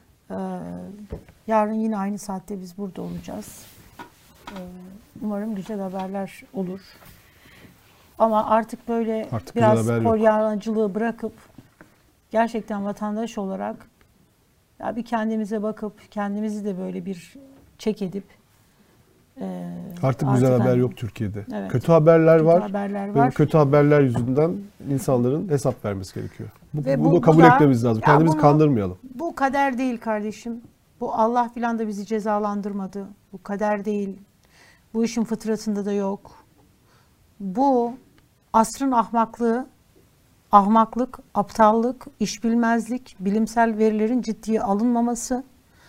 Yarın yine aynı saatte biz burada olacağız. Umarım güzel haberler olur. Ama artık böyle biraz polyanacılığı bırakıp gerçekten vatandaş olarak ya bir kendimize bakıp kendimizi de böyle bir çek edip artık güzel haber yok Türkiye'de. Evet, kötü haberler var. Ve kötü haberler yüzünden insanların hesap vermesi gerekiyor. Bunu kabul etmemiz lazım. Kendimizi kandırmayalım. Bu kader değil kardeşim. Bu Allah filan da bizi cezalandırmadı. Bu kader değil. Bu işin fıtratında da yok. Bu asrın ahmaklık, aptallık, işbilmezlik, bilimsel verilerin ciddiye alınmaması.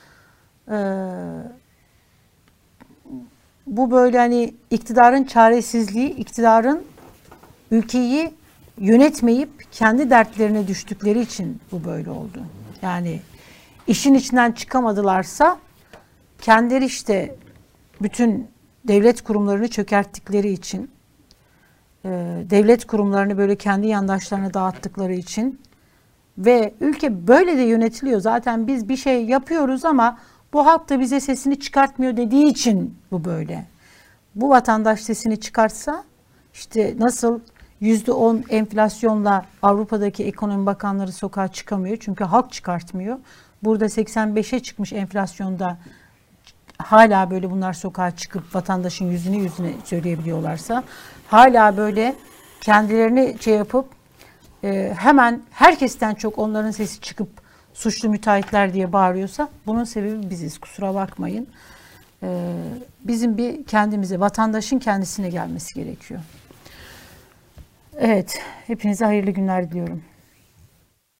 Bu böyle hani iktidarın çaresizliği, iktidarın ülkeyi yönetmeyip kendi dertlerine düştükleri için bu böyle oldu. Yani işin içinden çıkamadılarsa kendileri işte bütün devlet kurumlarını çökerttikleri için, devlet kurumlarını böyle kendi yandaşlarına dağıttıkları için Ve ülke böyle de yönetiliyor. Zaten biz bir şey yapıyoruz ama bu halk da bize sesini çıkartmıyor dediği için bu böyle. Bu vatandaş sesini çıkartsa, işte nasıl %10 enflasyonla Avrupa'daki ekonomi bakanları sokağa çıkamıyor. Çünkü halk çıkartmıyor. Burada 85'e çıkmış enflasyonda hala böyle bunlar sokağa çıkıp vatandaşın yüzüne söyleyebiliyorlarsa, hala böyle kendilerini şey yapıp hemen herkesten çok onların sesi çıkıp suçlu müteahhitler diye bağırıyorsa, bunun sebebi biziz. Kusura bakmayın. Bizim bir kendimize, vatandaşın kendisine gelmesi gerekiyor. Evet, hepinize hayırlı günler diliyorum.